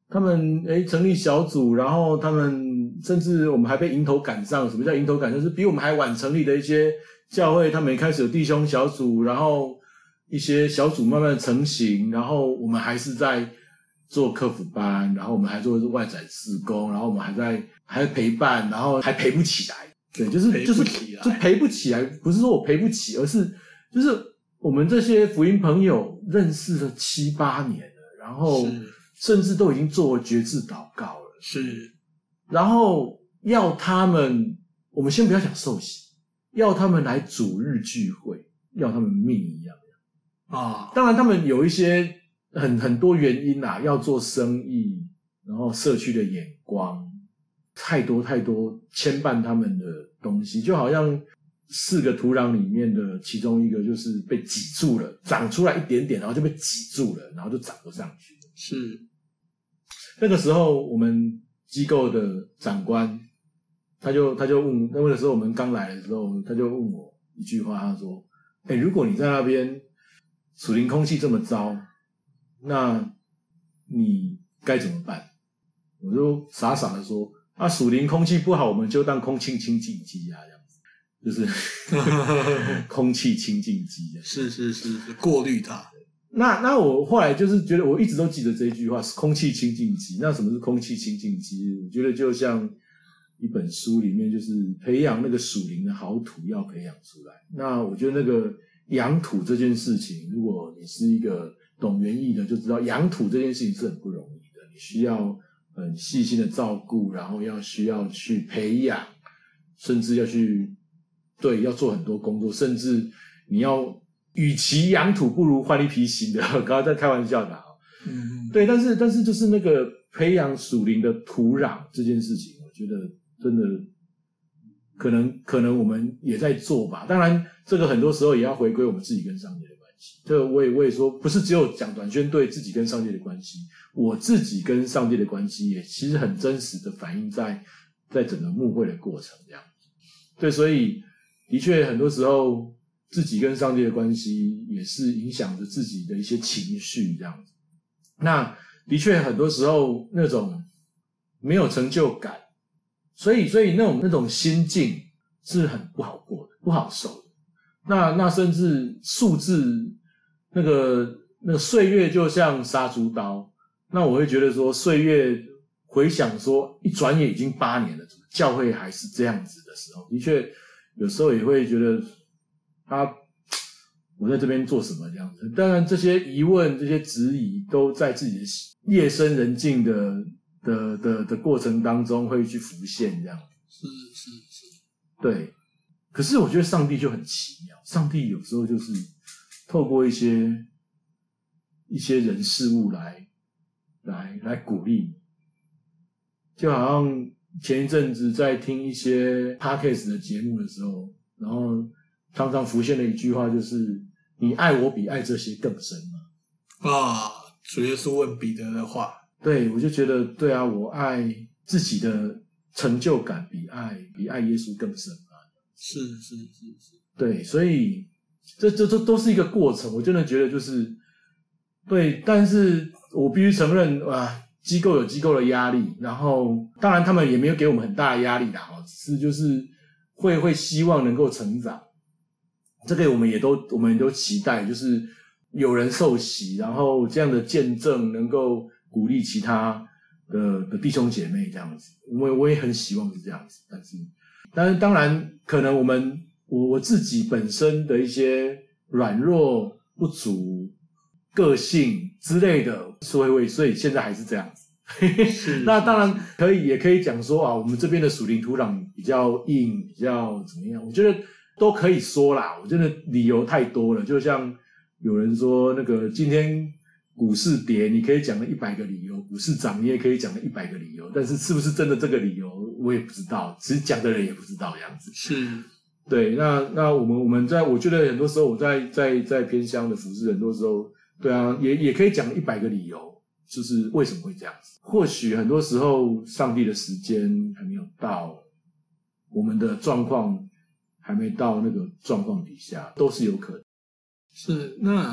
他们诶成立小组，然后他们甚至我们还被迎头赶上。什么叫迎头赶上？就是比我们还晚成立的一些教会，他们也开始有弟兄小组，然后一些小组慢慢成型，然后我们还是在做客服班，然后我们还做外展事工，然后我们还在还陪伴，然后还陪不起来。对，就是就是就陪不起来，不是说我陪不起，而是就是我们这些福音朋友认识了七八年了，然后甚至都已经做决志祷告了， 是， 然后要他们，我们先不要讲受洗，要他们来主日聚会，要他们命一样啊。 当然，他们有一些很很多原因啦，要做生意，然后社区的眼光，太多太多牵绊他们的东西，就好像四个土壤里面的其中一个就是被挤住了，长出来一点点，然后就被挤住了，然后就长不上去。 是， 那个时候我们机构的长官，他就他就问，那个时候我们刚来的时候，他就问我一句话，他说：“哎，如果你在那边属灵空气这么糟，那你该怎么办？”我就傻傻的说：“啊，属灵空气不好，我们就当空气清净机啊，这样子，就是空气清净机。” 是是是是，过滤它。 那那我后来就是觉得，我一直都记得这一句话，是空气清净机。那什么是空气清净机？我觉得就像一本书里面，就是培养那个属灵的好土要培养出来。那我觉得那个养土这件事情，如果你是一个懂园艺的，就知道养土这件事情是很不容易的，你需要很细心的照顾，然后要需要去培养，甚至要去对要做很多工作，甚至你要。与其养土，不如换一批新的。刚刚在开玩笑的啊， 嗯， 对，但是但是就是那个培养属灵的土壤这件事情，我觉得真的可能可能我们也在做吧。当然，这个很多时候也要回归我们自己跟上帝的关系。这个我也我也说，不是只有讲短宣队自己跟上帝的关系，我自己跟上帝的关系也其实很真实的反映在在整个牧会的过程这样子。对，所以的确很多时候。自己跟上帝的关系也是影响着自己的一些情绪这样子。那的确很多时候那种没有成就感，所以所以那种那种心境是很不好过的，不好受的。那那甚至数字那个那个岁月就像杀猪刀，那我会觉得说岁月回想说一转眼已经八年了，教会还是这样子的时候，的确有时候也会觉得。他，我在这边做什么这样子？当然，这些疑问、这些质疑，都在自己的夜深人静的的的的过程当中会去浮现，这样子。 是是是， 对。可是我觉得上帝就很奇妙，上帝有时候就是透过一些一些人事物来来来鼓励你，就好像前一阵子在听一些 podcast 的节目的时候，然后。常常浮现的一句话就是“你爱我比爱这些更深吗？” 啊，主耶稣问彼得的话， 对，我就觉得对啊，我爱自己的成就感比爱比爱耶稣更深嘛。 是是是是， 对，所以这这这都是一个过程。我真的觉得就是对，但是我必须承认啊，机构有机构的压力，然后当然他们也没有给我们很大的压力啦，只是就是会会希望能够成长。这个我们也都我们也都期待，就是有人受洗，然后这样的见证能够鼓励其他的的弟兄姐妹这样子。我我也很希望是这样子，但是但是当然可能我们我我自己本身的一些软弱不足、个性之类的，所以所以现在还是这样子。那当然可以也可以讲说啊，我们这边的属灵土壤比较硬，比较怎么样？我觉得。都可以说啦，我真的理由太多了。就像有人说，那个今天股市跌，你可以讲了一百个理由；股市涨，你也可以讲了一百个理由。但是是不是真的这个理由，我也不知道。其实讲的人也不知道这样子。 是， 对。那那我们我们在，我觉得很多时候我在在在偏乡的服事，很多时候，对啊，也也可以讲一百个理由，就是为什么会这样子。或许很多时候，上帝的时间还没有到，我们的状况。还没到那个状况底下，都是有可能。 是，那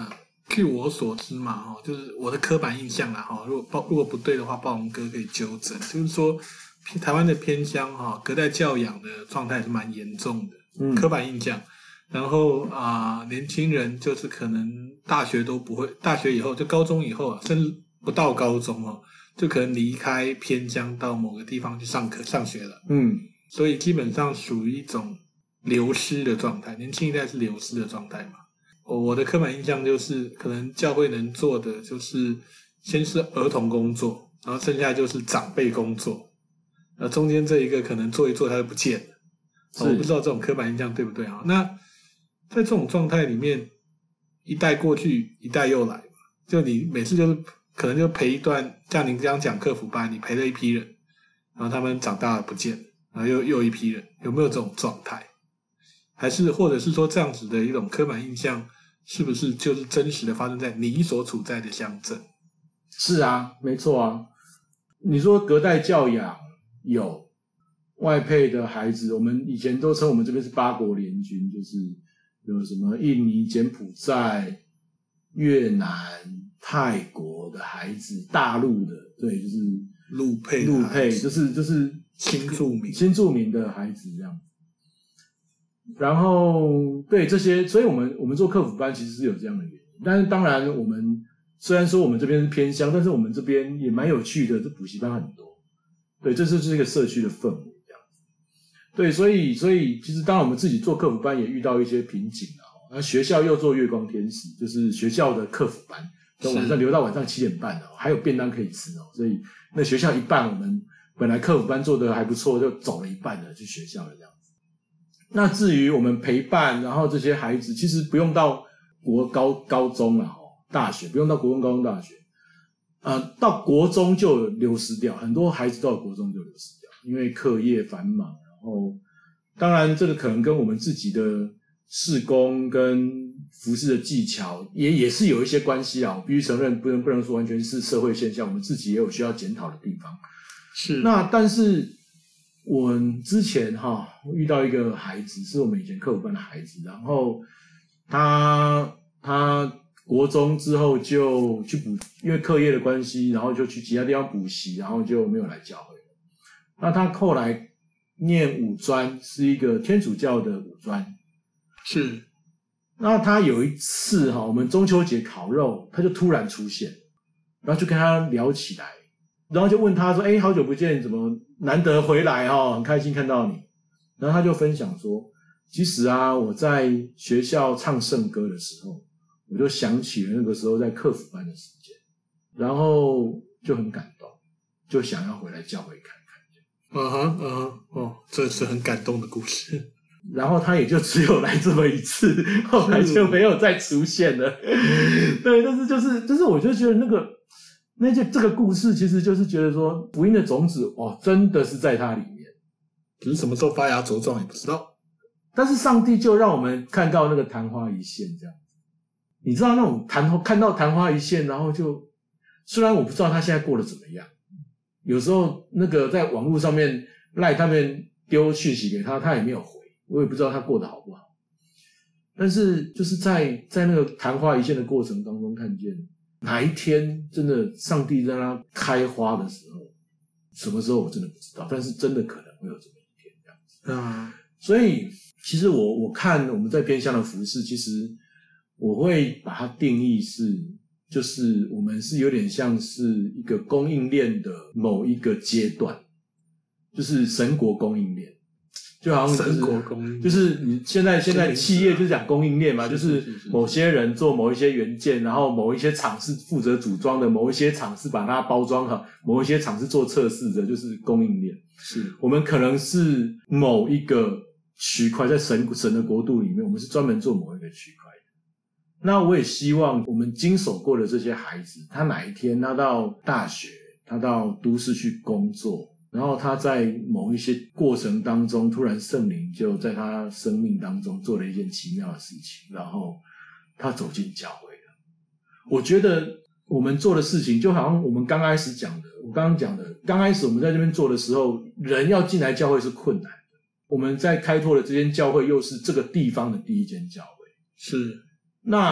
据我所知嘛，哈，就是我的刻板印象啦，哈，如果如果不对的话，暴龙哥可以纠正。就是说，台湾的偏乡哈，隔代教养的状态是蛮严重的， 嗯， 刻板印象。然后啊、呃，年轻人就是可能大学都不会，大学以后就高中以后啊，甚至不到高中哦，就可能离开偏乡到某个地方去上课上学了。 嗯， 所以基本上属于一种流失的状态，年轻一代是流失的状态嘛。我的刻板印象就是，可能教会能做的就是先是儿童工作，然后剩下就是长辈工作，呃，中间这一个可能做一做它就不见了。我不知道这种刻板印象对不对啊？那在这种状态里面，一代过去，一代又来，就你每次就是可能就陪一段，像您这样讲客服班，你陪了一批人，然后他们长大了不见了，然后又又一批人，有没有这种状态？还是或者是说这样子的一种刻板印象？是不是就是真实的发生在你所处在的乡镇？ 是啊，没错啊。你说隔代教养有外配的孩子，我们以前都称我们这边是八国联军，就是有什么印尼、柬埔寨、越南、泰国的孩子，大陆的，对，就是陆配陆配，就是就是新住民新住民的孩子这样子。然后对这些，所以我们我们做客服班其实是有这样的原因。但是当然，我们虽然说我们这边是偏乡，但是我们这边也蛮有趣的，这补习班很多。对，这就是一个社区的氛围这样子。对，所以所以其实当然我们自己做客服班也遇到一些瓶颈啊。那学校又做月光天使，就是学校的客服班，从晚上留到晚上七点半哦，还有便当可以吃哦。所以那学校一半，我们本来客服班做的还不错，就走了一半了，去学校了这样。那至于我们陪伴，然后这些孩子其实不用到国高高中了，大学不用到国中、高中、大学，呃，到国中就流失掉，很多孩子到国中就流失掉，因为课业繁忙，然后当然这个可能跟我们自己的事工跟服事的技巧也也是有一些关系啊，我必须承认，不能不能说完全是社会现象，我们自己也有需要检讨的地方。 是， 那但是。我之前哈遇到一个孩子，是我们以前课辅班的孩子，然后他他国中之后就去补，因为课业的关系，然后就去其他地方补习，然后就没有来教会了。那他后来念五专，是一个天主教的五专， 是。 那他有一次哈，我们中秋节烤肉，他就突然出现，然后就跟他聊起来。然后就问他说：“哎，好久不见，怎么难得回来哦？很开心看到你。”然后他就分享说：“其实啊，我在学校唱圣歌的时候，我就想起了那个时候在客服班的时间，然后就很感动，就想要回来教会看看。” 嗯哼，嗯哼，哦，这是很感动的故事。 然后他也就只有来这么一次，后来就没有再出现了。对，但是就是就是，我就觉得那个。那就这个故事其实就是觉得说福音的种子哦，真的是在它里面， 只是什么时候发芽茁壮也不知道。 但是上帝就让我们看到那个昙花一现这样子。你知道那种昙看到昙花一现，然后就虽然我不知道他现在过得怎么样，有时候那个在网络上面赖他们丢讯息给他，他也没有回，我也不知道他过得好不好。但是就是在在那个昙花一现的过程当中，看见。哪一天真的上帝让它开花的时候，什么时候我真的不知道，但是真的可能会有这么一天这样子。 嗯， 所以其实我我看我们在偏乡的服事，其实我会把它定义是，就是我们是有点像是一个供应链的某一个阶段，就是神国供应链。就好像就是就是你现在现在企业就是讲供应链嘛，就是某些人做某一些元件，然后某一些厂是负责组装的，某一些厂是把它包装好，某一些厂是做测试的，就是供应链。 是我们可能是某一个区块，在神神的国度里面，我们是专门做某一个区块的。那我也希望我们经手过的这些孩子，他哪一天他到大学，他到都市去工作。然后他在某一些过程当中，突然圣灵就在他生命当中做了一件奇妙的事情，然后他走进教会了。我觉得我们做的事情，就好像我们刚开始讲的，我刚刚讲的，刚开始我们在这边做的时候，人要进来教会是困难的。我们在开拓的这间教会，又是这个地方的第一间教会。 是， 那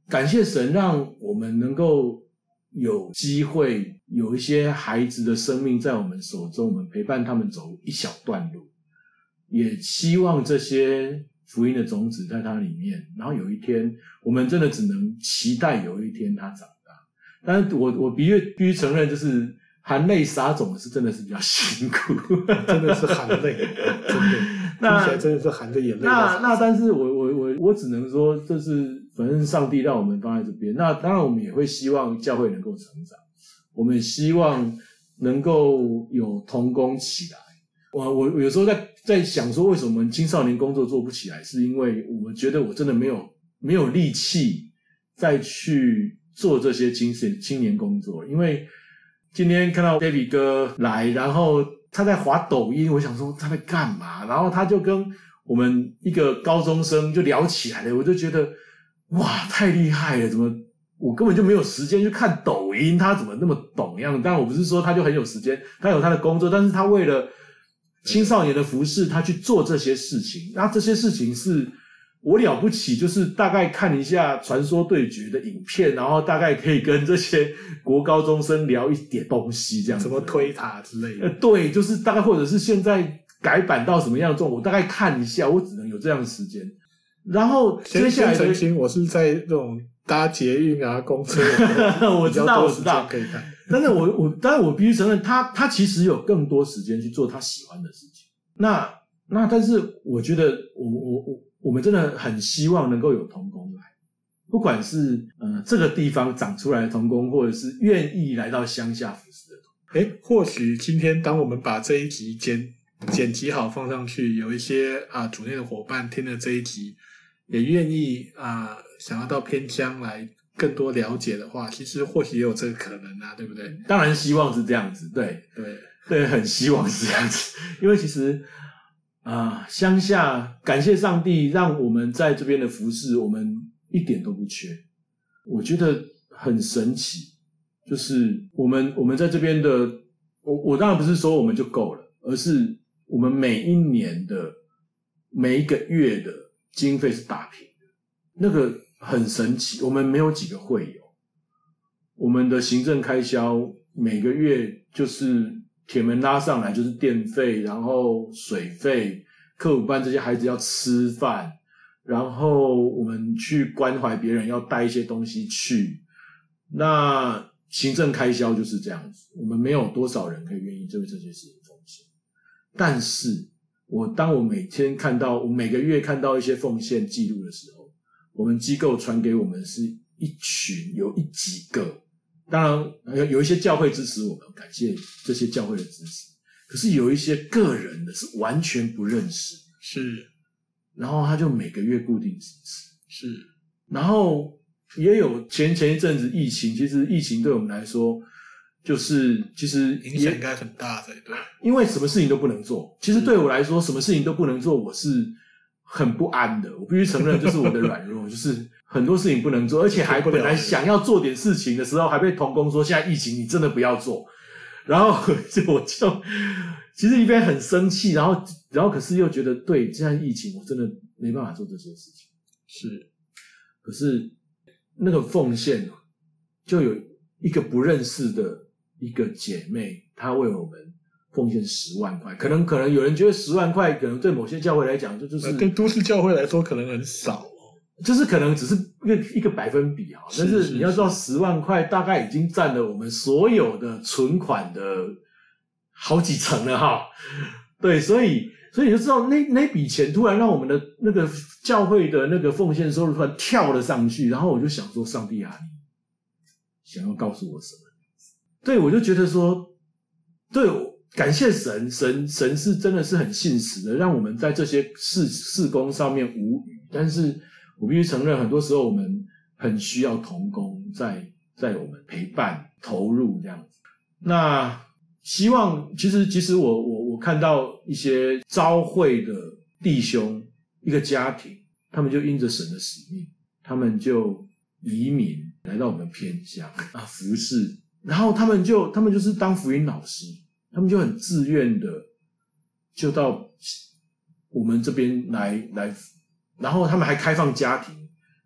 感谢神让我们能够有机会有一些孩子的生命在我们手中，我们陪伴他们走一小段路，也希望这些福音的种子在它里面，然后有一天我们真的只能期待有一天它长大。但是我我必须必须承认，就是含泪撒种是真的是比较辛苦， 真的是含泪，真的，听起来真的是含着眼泪。 那那但是我我我我只能说，这是反正上帝让我们放在这边。那当然我们也会希望教会能够成长，我们希望能够有同工起来。我我我有时候在在想说，为什么我们青少年工作做不起来，是因为我们觉得我真的没有没有力气再去做这些青青年工作。因为今天看到 David 哥来，然后他在滑抖音，我想说他在干嘛？然后他就跟我们一个高中生就聊起来了，我就觉得哇，太厉害了！怎么我根本就没有时间去看抖音，他怎么那么懂样？当然我不是说他就很有时间，他有他的工作，但是他为了青少年的服事，他去做这些事情。那这些事情是我了不起，就是大概看一下传说对决的影片，然后大概可以跟这些国高中生聊一点东西，这样子， 什么推塔之类的。 呃，对，就是大概或者是现在改版到什么样的状况，我大概看一下，我只能有这样的时间。然后接下来的， 先澄清，我是在这种搭捷运啊、公车， 我知道，我知道， 可以看。 但是我我，当然我必须承认，他他其实有更多时间去做他喜欢的事情。那那，但是我觉得我我我我们真的很希望能够有同工来，不管是呃这个地方长出来的同工，或者是愿意来到乡下服侍的同工。 诶，或许今天当我们把这一集剪剪辑好放上去，有一些啊组内的伙伴听了这一集，也愿意啊想要到偏乡来更多了解的话，其实或许也有这个可能啊，对不对？ 当然希望是这样子，对对对，很希望是这样子，因为其实啊、呃，乡下感谢上帝让我们在这边的服事，我们一点都不缺，我觉得很神奇。就是我们我们在这边的，我我当然不是说我们就够了，而是我们每一年的每一个月的经费是打平的，那个很神奇。我们没有几个会友，我们的行政开销每个月就是铁门拉上来，就是电费，然后水费，课辅班这些孩子要吃饭，然后我们去关怀别人要带一些东西去，那行政开销就是这样子。我们没有多少人可以愿意为这些事情奉献，但是我当我每天看到，我每个月看到一些奉献记录的时候，我们机构传给我们是一群有一几个，当然有有一些教会支持我们，感谢这些教会的支持，可是有一些个人的是完全不认识， 是， 然后他就每个月固定支持， 是， 然后也有前前一阵子疫情，其实疫情对我们来说就是其实影响应该很大才对， 因为什么事情都不能做。其实对我来说，什么事情都不能做，我是很不安的。我必须承认，这是我的软弱，就是很多事情不能做，而且还本来想要做点事情的时候，还被同工说现在疫情你真的不要做。然后就我就其实一边很生气，然后然后可是又觉得对，现在疫情我真的没办法做这些事情。 是， 可是那个奉献就有一个不认识的一个姐妹，她为我们奉献十万块，可能可能有人觉得十万块可能对某些教会来讲就就是对都市教会来说可能很少， 就是可能只是一个一个百分比啊，但是你要知道十万块大概已经占了我们所有的存款的好几成了哈。对，所以所以你就知道那那笔钱突然让我们的那个教会的那个奉献收入突然跳了上去，然后我就想说，上帝啊，你想要告诉我什么？对，我就觉得说，对，感谢神，神神是真的是很信实的，让我们在这些事事工上面无语。但是我必须承认，很多时候我们很需要同工在在我们陪伴投入这样子。那希望其实其实我我我看到一些召会的弟兄，一个家庭，他们就因着神的使命，他们就移民来到我们偏乡啊服侍，然后他们就他们就是当福音老师，他们就很自愿的就到我们这边来来，然后他们还开放家庭，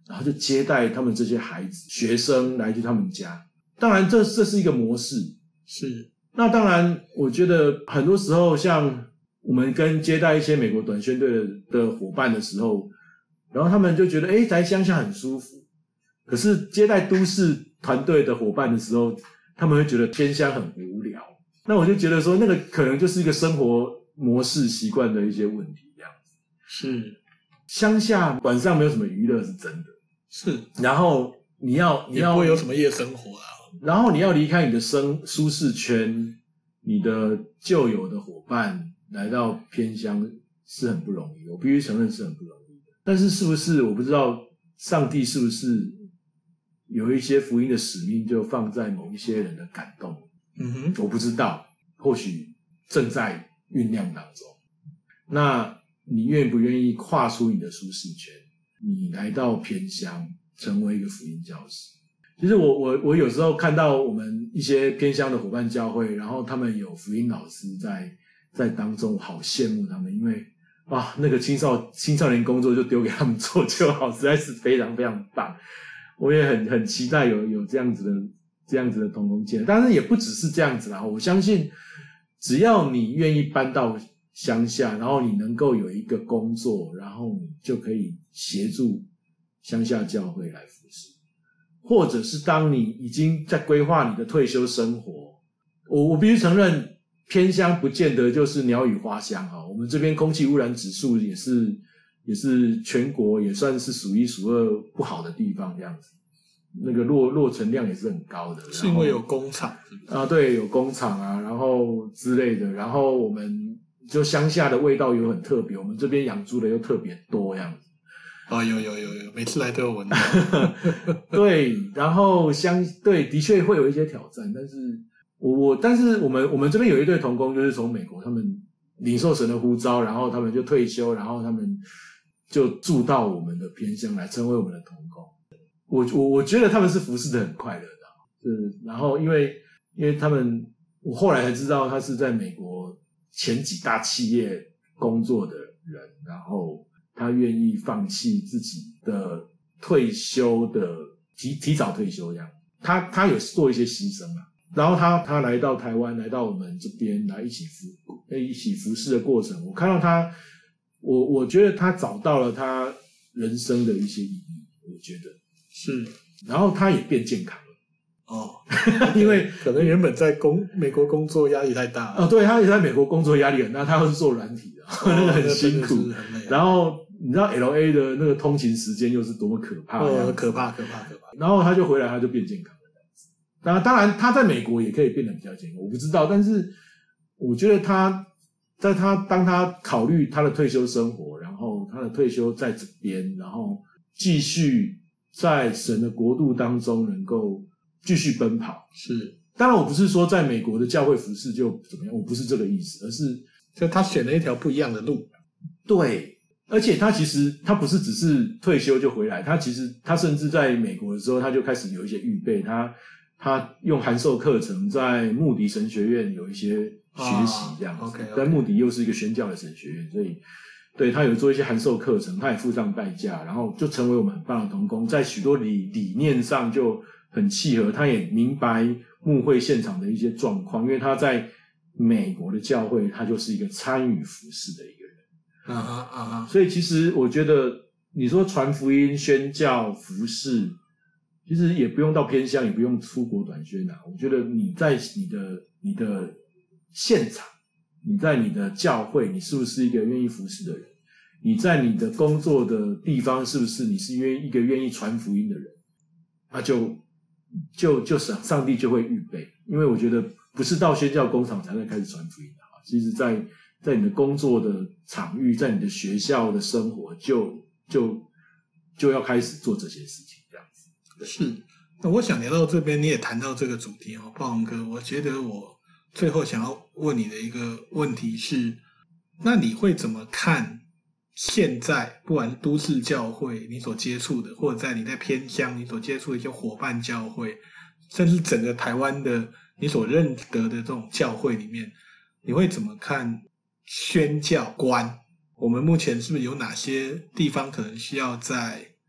然后就接待他们这些孩子、学生来去他们家。当然这，这是一个模式。 是。 那当然，我觉得很多时候，像我们跟接待一些美国短宣队 的, 的伙伴的时候，然后他们就觉得，诶，来乡下很舒服。可是接待都市团队的伙伴的时候，他们会觉得偏乡很无聊。那我就觉得说，那个可能就是一个生活模式习惯的一些问题，这样子。 是。 乡下晚上没有什么娱乐是真的。 是。 然后你要你要也不会有什么夜生活啊。 然后你要离开你的生舒适圈，你的旧有的伙伴来到偏乡是很不容易，我必须承认是很不容易的。但是是不是我不知道上帝是不是有一些福音的使命就放在某一些人的感动？ 嗯哼， 我不知道，或许正在酝酿当中。那你愿不愿意跨出你的舒适圈，你来到偏乡，成为一个福音教师？其实我我我有时候看到我们一些偏乡的伙伴教会，然后他们有福音老师在在当中，我好羡慕他们，因为啊那个青少青少年工作就丢给他们做就好，实在是非常非常棒。我也很很期待有有这样子的这样子的同工见，但是也不只是这样子啦。我相信只要你愿意搬到乡下，然后你能够有一个工作，然后你就可以协助乡下教会来服侍。或者是当你已经在规划你的退休生活，我我必须承认，偏乡不见得就是鸟语花香哈。我们这边空气污染指数也是也是全国也算是数一数二不好的地方，这样子，那个落落尘量也是很高的。 是因为有工厂啊，对，有工厂啊，然后之类的。然后我们就乡下的味道又很特别，我们这边养猪的又特别多，这样子。 哦，有有有有，每次来都有闻到。 对，然后相对的确会有一些挑战，但是我我但是我们我们这边有一对同工，就是从美国他们领受神的呼召，然后他们就退休，然后他们就住到我们的偏乡来，成为我们的同工。我我我觉得他们是服侍的很快乐的，是，然后因为因为他们，我后来才知道他是在美国前几大企业工作的人，然后他愿意放弃自己的退休的提提早退休这样，他他有做一些牺牲啊。然后他他来到台湾，来到我们这边来一起服一起服侍的过程，我看到他，我我觉得他找到了他人生的一些意义，我觉得是。 然后他也变健康了。 哦， 因为可能原本在工美国工作压力太大了。 哦，对，他也在美国工作压力很大，他要是做软体的，哦、那个很辛苦。 很累啊、 然后你知道 L A 的那个通勤时间又是多么可怕， 哦，可怕可怕可怕。 然后他就回来，他就变健康了这样子。当然，当然他在美国也可以变得比较健康，我不知道，但是我觉得他在他当他考虑他的退休生活，然后他的退休在这边，然后继续在神的国度当中能够继续奔跑。 是， 当然我不是说在美国的教会服事就怎么样，我不是这个意思，而是就他选了一条不一样的路。 对，而且他其实他不是只是退休就回来，他其实他甚至在美国的时候他就开始有一些预备，他他用函授课程在穆迪神学院有一些学习这样子。 啊、okay, okay. 但穆迪又是一个宣教的神学院，所以对他有做一些函授课程，他也付上代价，然后就成为我们很棒的同工，在许多理理念上就很契合，他也明白牧会现场的一些状况，因为他在美国的教会，他就是一个参与服事的一个人。 啊哈啊哈， 所以其实我觉得，你说传福音、宣教、服事，其实也不用到偏乡，也不用出国短宣啊。我觉得你在你的你的现场，你在你的教会，你是不是一个愿意服事的人？你在你的工作的地方，是不是你是愿一个愿意传福音的人？那就就就上上帝就会预备，因为我觉得不是到宣教工厂才会开始传福音的啊，其实在在你的工作的场域，在你的学校的生活，就就就要开始做这些事情，这样子。 是，那我想聊到这边，你也谈到这个主题哦，暴龙哥，我觉得我最后想要问你的一个问题是，那你会怎么看现在不管是都市教会你所接触的，或者在你在偏乡你所接触的一些伙伴教会，甚至整个台湾的你所认得的这种教会里面，你会怎么看宣教观？我们目前是不是有哪些地方可能需要再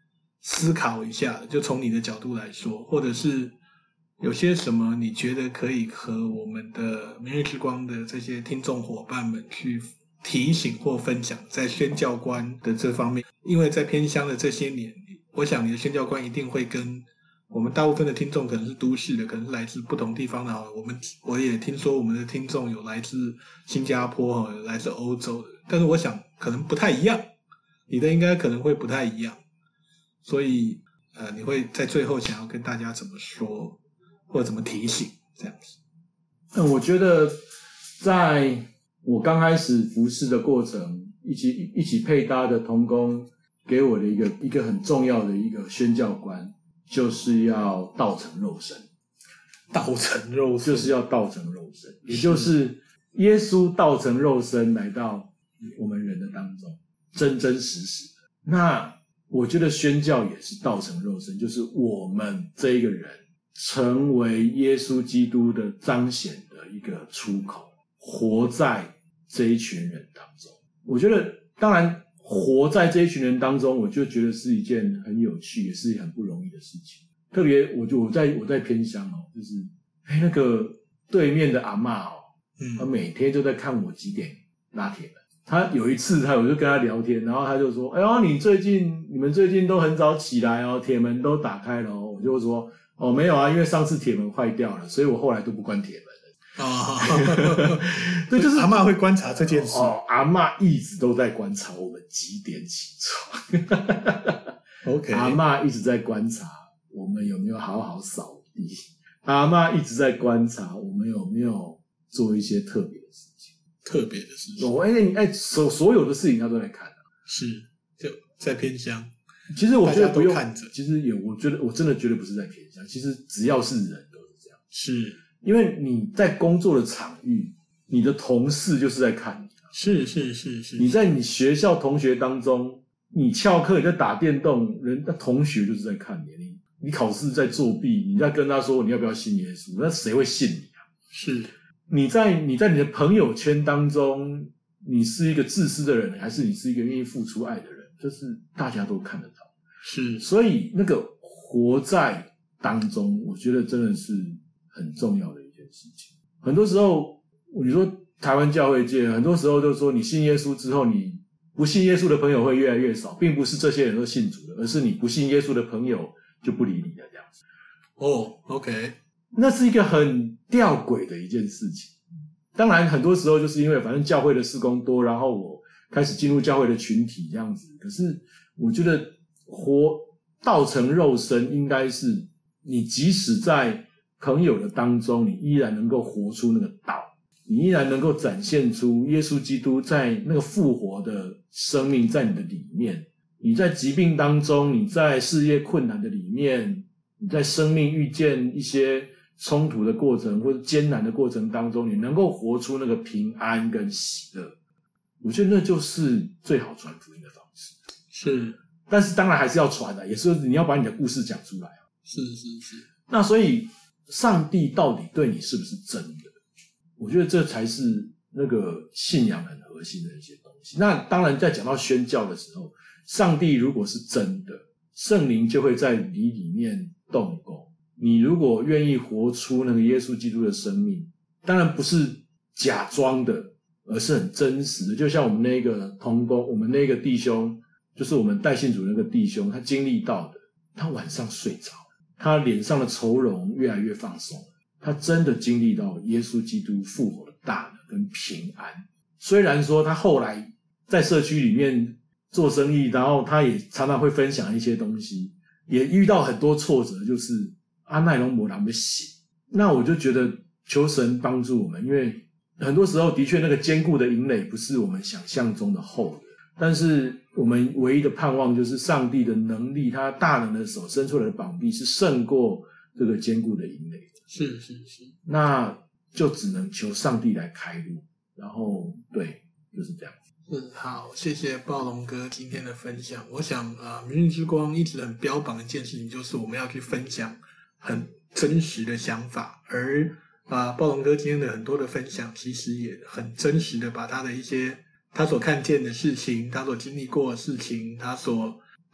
思考一下的，就从你的角度来说，或者是有些什么你觉得可以和我们的明日之光的这些听众伙伴们去提醒或分享，在宣教观的这方面，因为在偏乡的这些年，我想你的宣教观一定会跟我们大部分的听众可能是都市的，可能是来自不同地方的。我们我也听说我们的听众有来自新加坡，有来自欧洲的，但是我想可能不太一样，你的应该可能会不太一样，所以呃，你会在最后想要跟大家怎么说，或者怎么提醒这样子？ 嗯，我觉得在我刚开始服侍的过程，一起一起配搭的同工给我的一个一个很重要的一个宣教观，就是要道成肉身。 道成肉身就是要道成肉身，也就是耶稣道成肉身来到我们人的当中，真真实实的。那我觉得宣教也是道成肉身，就是我们这一个人成为耶稣基督的彰显的一个出口，活在这一群人当中。我觉得当然活在这一群人当中，我就觉得是一件很有趣也是很不容易的事情。特别我就我在我在偏乡哦，就是哎那个对面的阿嬷哦，嗯，她每天就在看我几点拉铁门。他有一次他我就跟他聊天，然后他就说：“哎呦，你最近你们最近都很早起来哦，铁门都打开了哦。”我就说：“哦，没有啊，因为上次铁门坏掉了，所以我后来都不关铁门了。”哦， 对，就是阿嬷会观察这件事。 哦，阿嬷一直都在观察我们几点起床。OK， 阿嬷一直在观察我们有没有好好扫地，阿嬷一直在观察我们有没有做一些特别的事情。 特别的事情， 哦，哎哎，所所有的事情他都在看啊。 是，就在偏乡。 其实我觉得不用看着， 其实也，我觉得我真的觉得不是在偏乡。其实只要是人都是这样。 是， 因为你在工作的场域，你的同事就是在看你。 是是是是。 你在你学校同学当中，你翘课你在打电动，人的同学就是在看你。你你考试在作弊，你在跟他说你要不要信耶稣，那谁会信你啊？ 是。 你在你在你的朋友圈当中，你是一个自私的人，还是你是一个愿意付出爱的人？就是大家都看得到。 是， 所以那个活在当中，我觉得真的是很重要的一件事情。很多时候，你说台湾教会界，很多时候都说你信耶稣之后，你不信耶稣的朋友会越来越少，并不是这些人都信主的，而是你不信耶稣的朋友就不理你的这样子。 哦 ，OK。 那是一个很吊诡的一件事情。当然很多时候就是因为反正教会的事工多，然后我开始进入教会的群体这样子。可是我觉得活道成肉身应该是你即使在朋友的当中，你依然能够活出那个道，你依然能够展现出耶稣基督在那个复活的生命在你的里面。你在疾病当中，你在事业困难的里面，你在生命遇见一些冲突的过程或者艰难的过程当中，你能够活出那个平安跟喜乐，我觉得那就是最好传福音的方式。 是， 但是当然还是要传的，也是你要把你的故事讲出来。 是是是。 那所以上帝到底对你是不是真的？我觉得这才是那个信仰很核心的一些东西。那当然在讲到宣教的时候，上帝如果是真的，圣灵就会在你里面动工。你如果愿意活出那个耶稣基督的生命，当然不是假装的，而是很真实的。就像我们那个同工，我们那个弟兄，就是我们带信主那个弟兄，他经历到的，他晚上睡着了，他脸上的愁容越来越放松了，他真的经历到耶稣基督复活的大能跟平安。虽然说他后来在社区里面做生意，然后他也常常会分享一些东西，也遇到很多挫折，就是阿奈龙摩兰被醒。那我就觉得求神帮助我们，因为很多时候的确那个坚固的营垒不是我们想象中的厚的，但是我们唯一的盼望就是上帝的能力，他大能的手伸出来的膀臂是胜过这个坚固的营垒的。 是是是。 那就只能求上帝来开路，然后对，就是这样子。 是，好，谢谢暴龙哥今天的分享。我想啊，明日之光一直很标榜的一件事情，就是我们要去分享很真实的想法，而啊，暴龙哥今天的很多的分享，其实也很真实的把他的一些他所看见的事情，他所经历过的事情，他所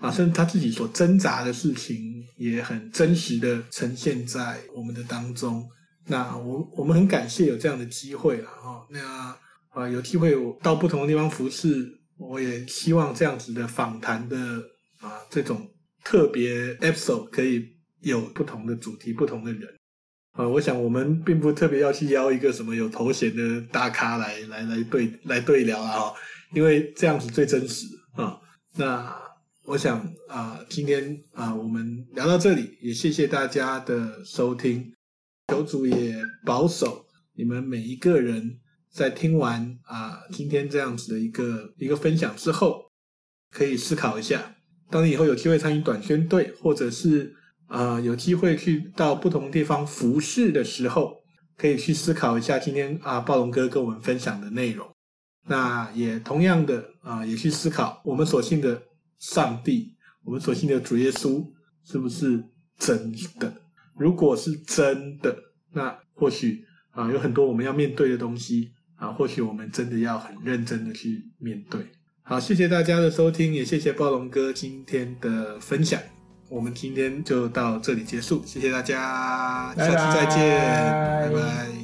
啊，甚至他自己所挣扎的事情也很真实的呈现在我们的当中。那我我们很感谢有这样的机会啦，哦，那啊有机会我到不同的地方服侍，我也希望这样子的访谈的啊这种特别 episode 可以有不同的主题、不同的人。啊，我想我们并不特别要去邀一个什么有头衔的大咖来来来对来对聊啊，因为这样子最真实啊。那我想啊，今天啊我们聊到这里，也谢谢大家的收听。求主也保守你们每一个人在听完啊今天这样子的一个一个分享之后，可以思考一下，当你以后有机会参与短宣队，或者是啊有机会去到不同地方服侍的时候，可以去思考一下今天啊暴龙哥跟我们分享的内容。那也同样的啊也去思考我们所信的上帝，我们所信的主耶稣是不是真的。如果是真的，那或许啊有很多我们要面对的东西啊，或许我们真的要很认真的去面对。好，谢谢大家的收听，也谢谢暴龙哥今天的分享。我们今天就到这里结束，谢谢大家，下次再见，拜拜。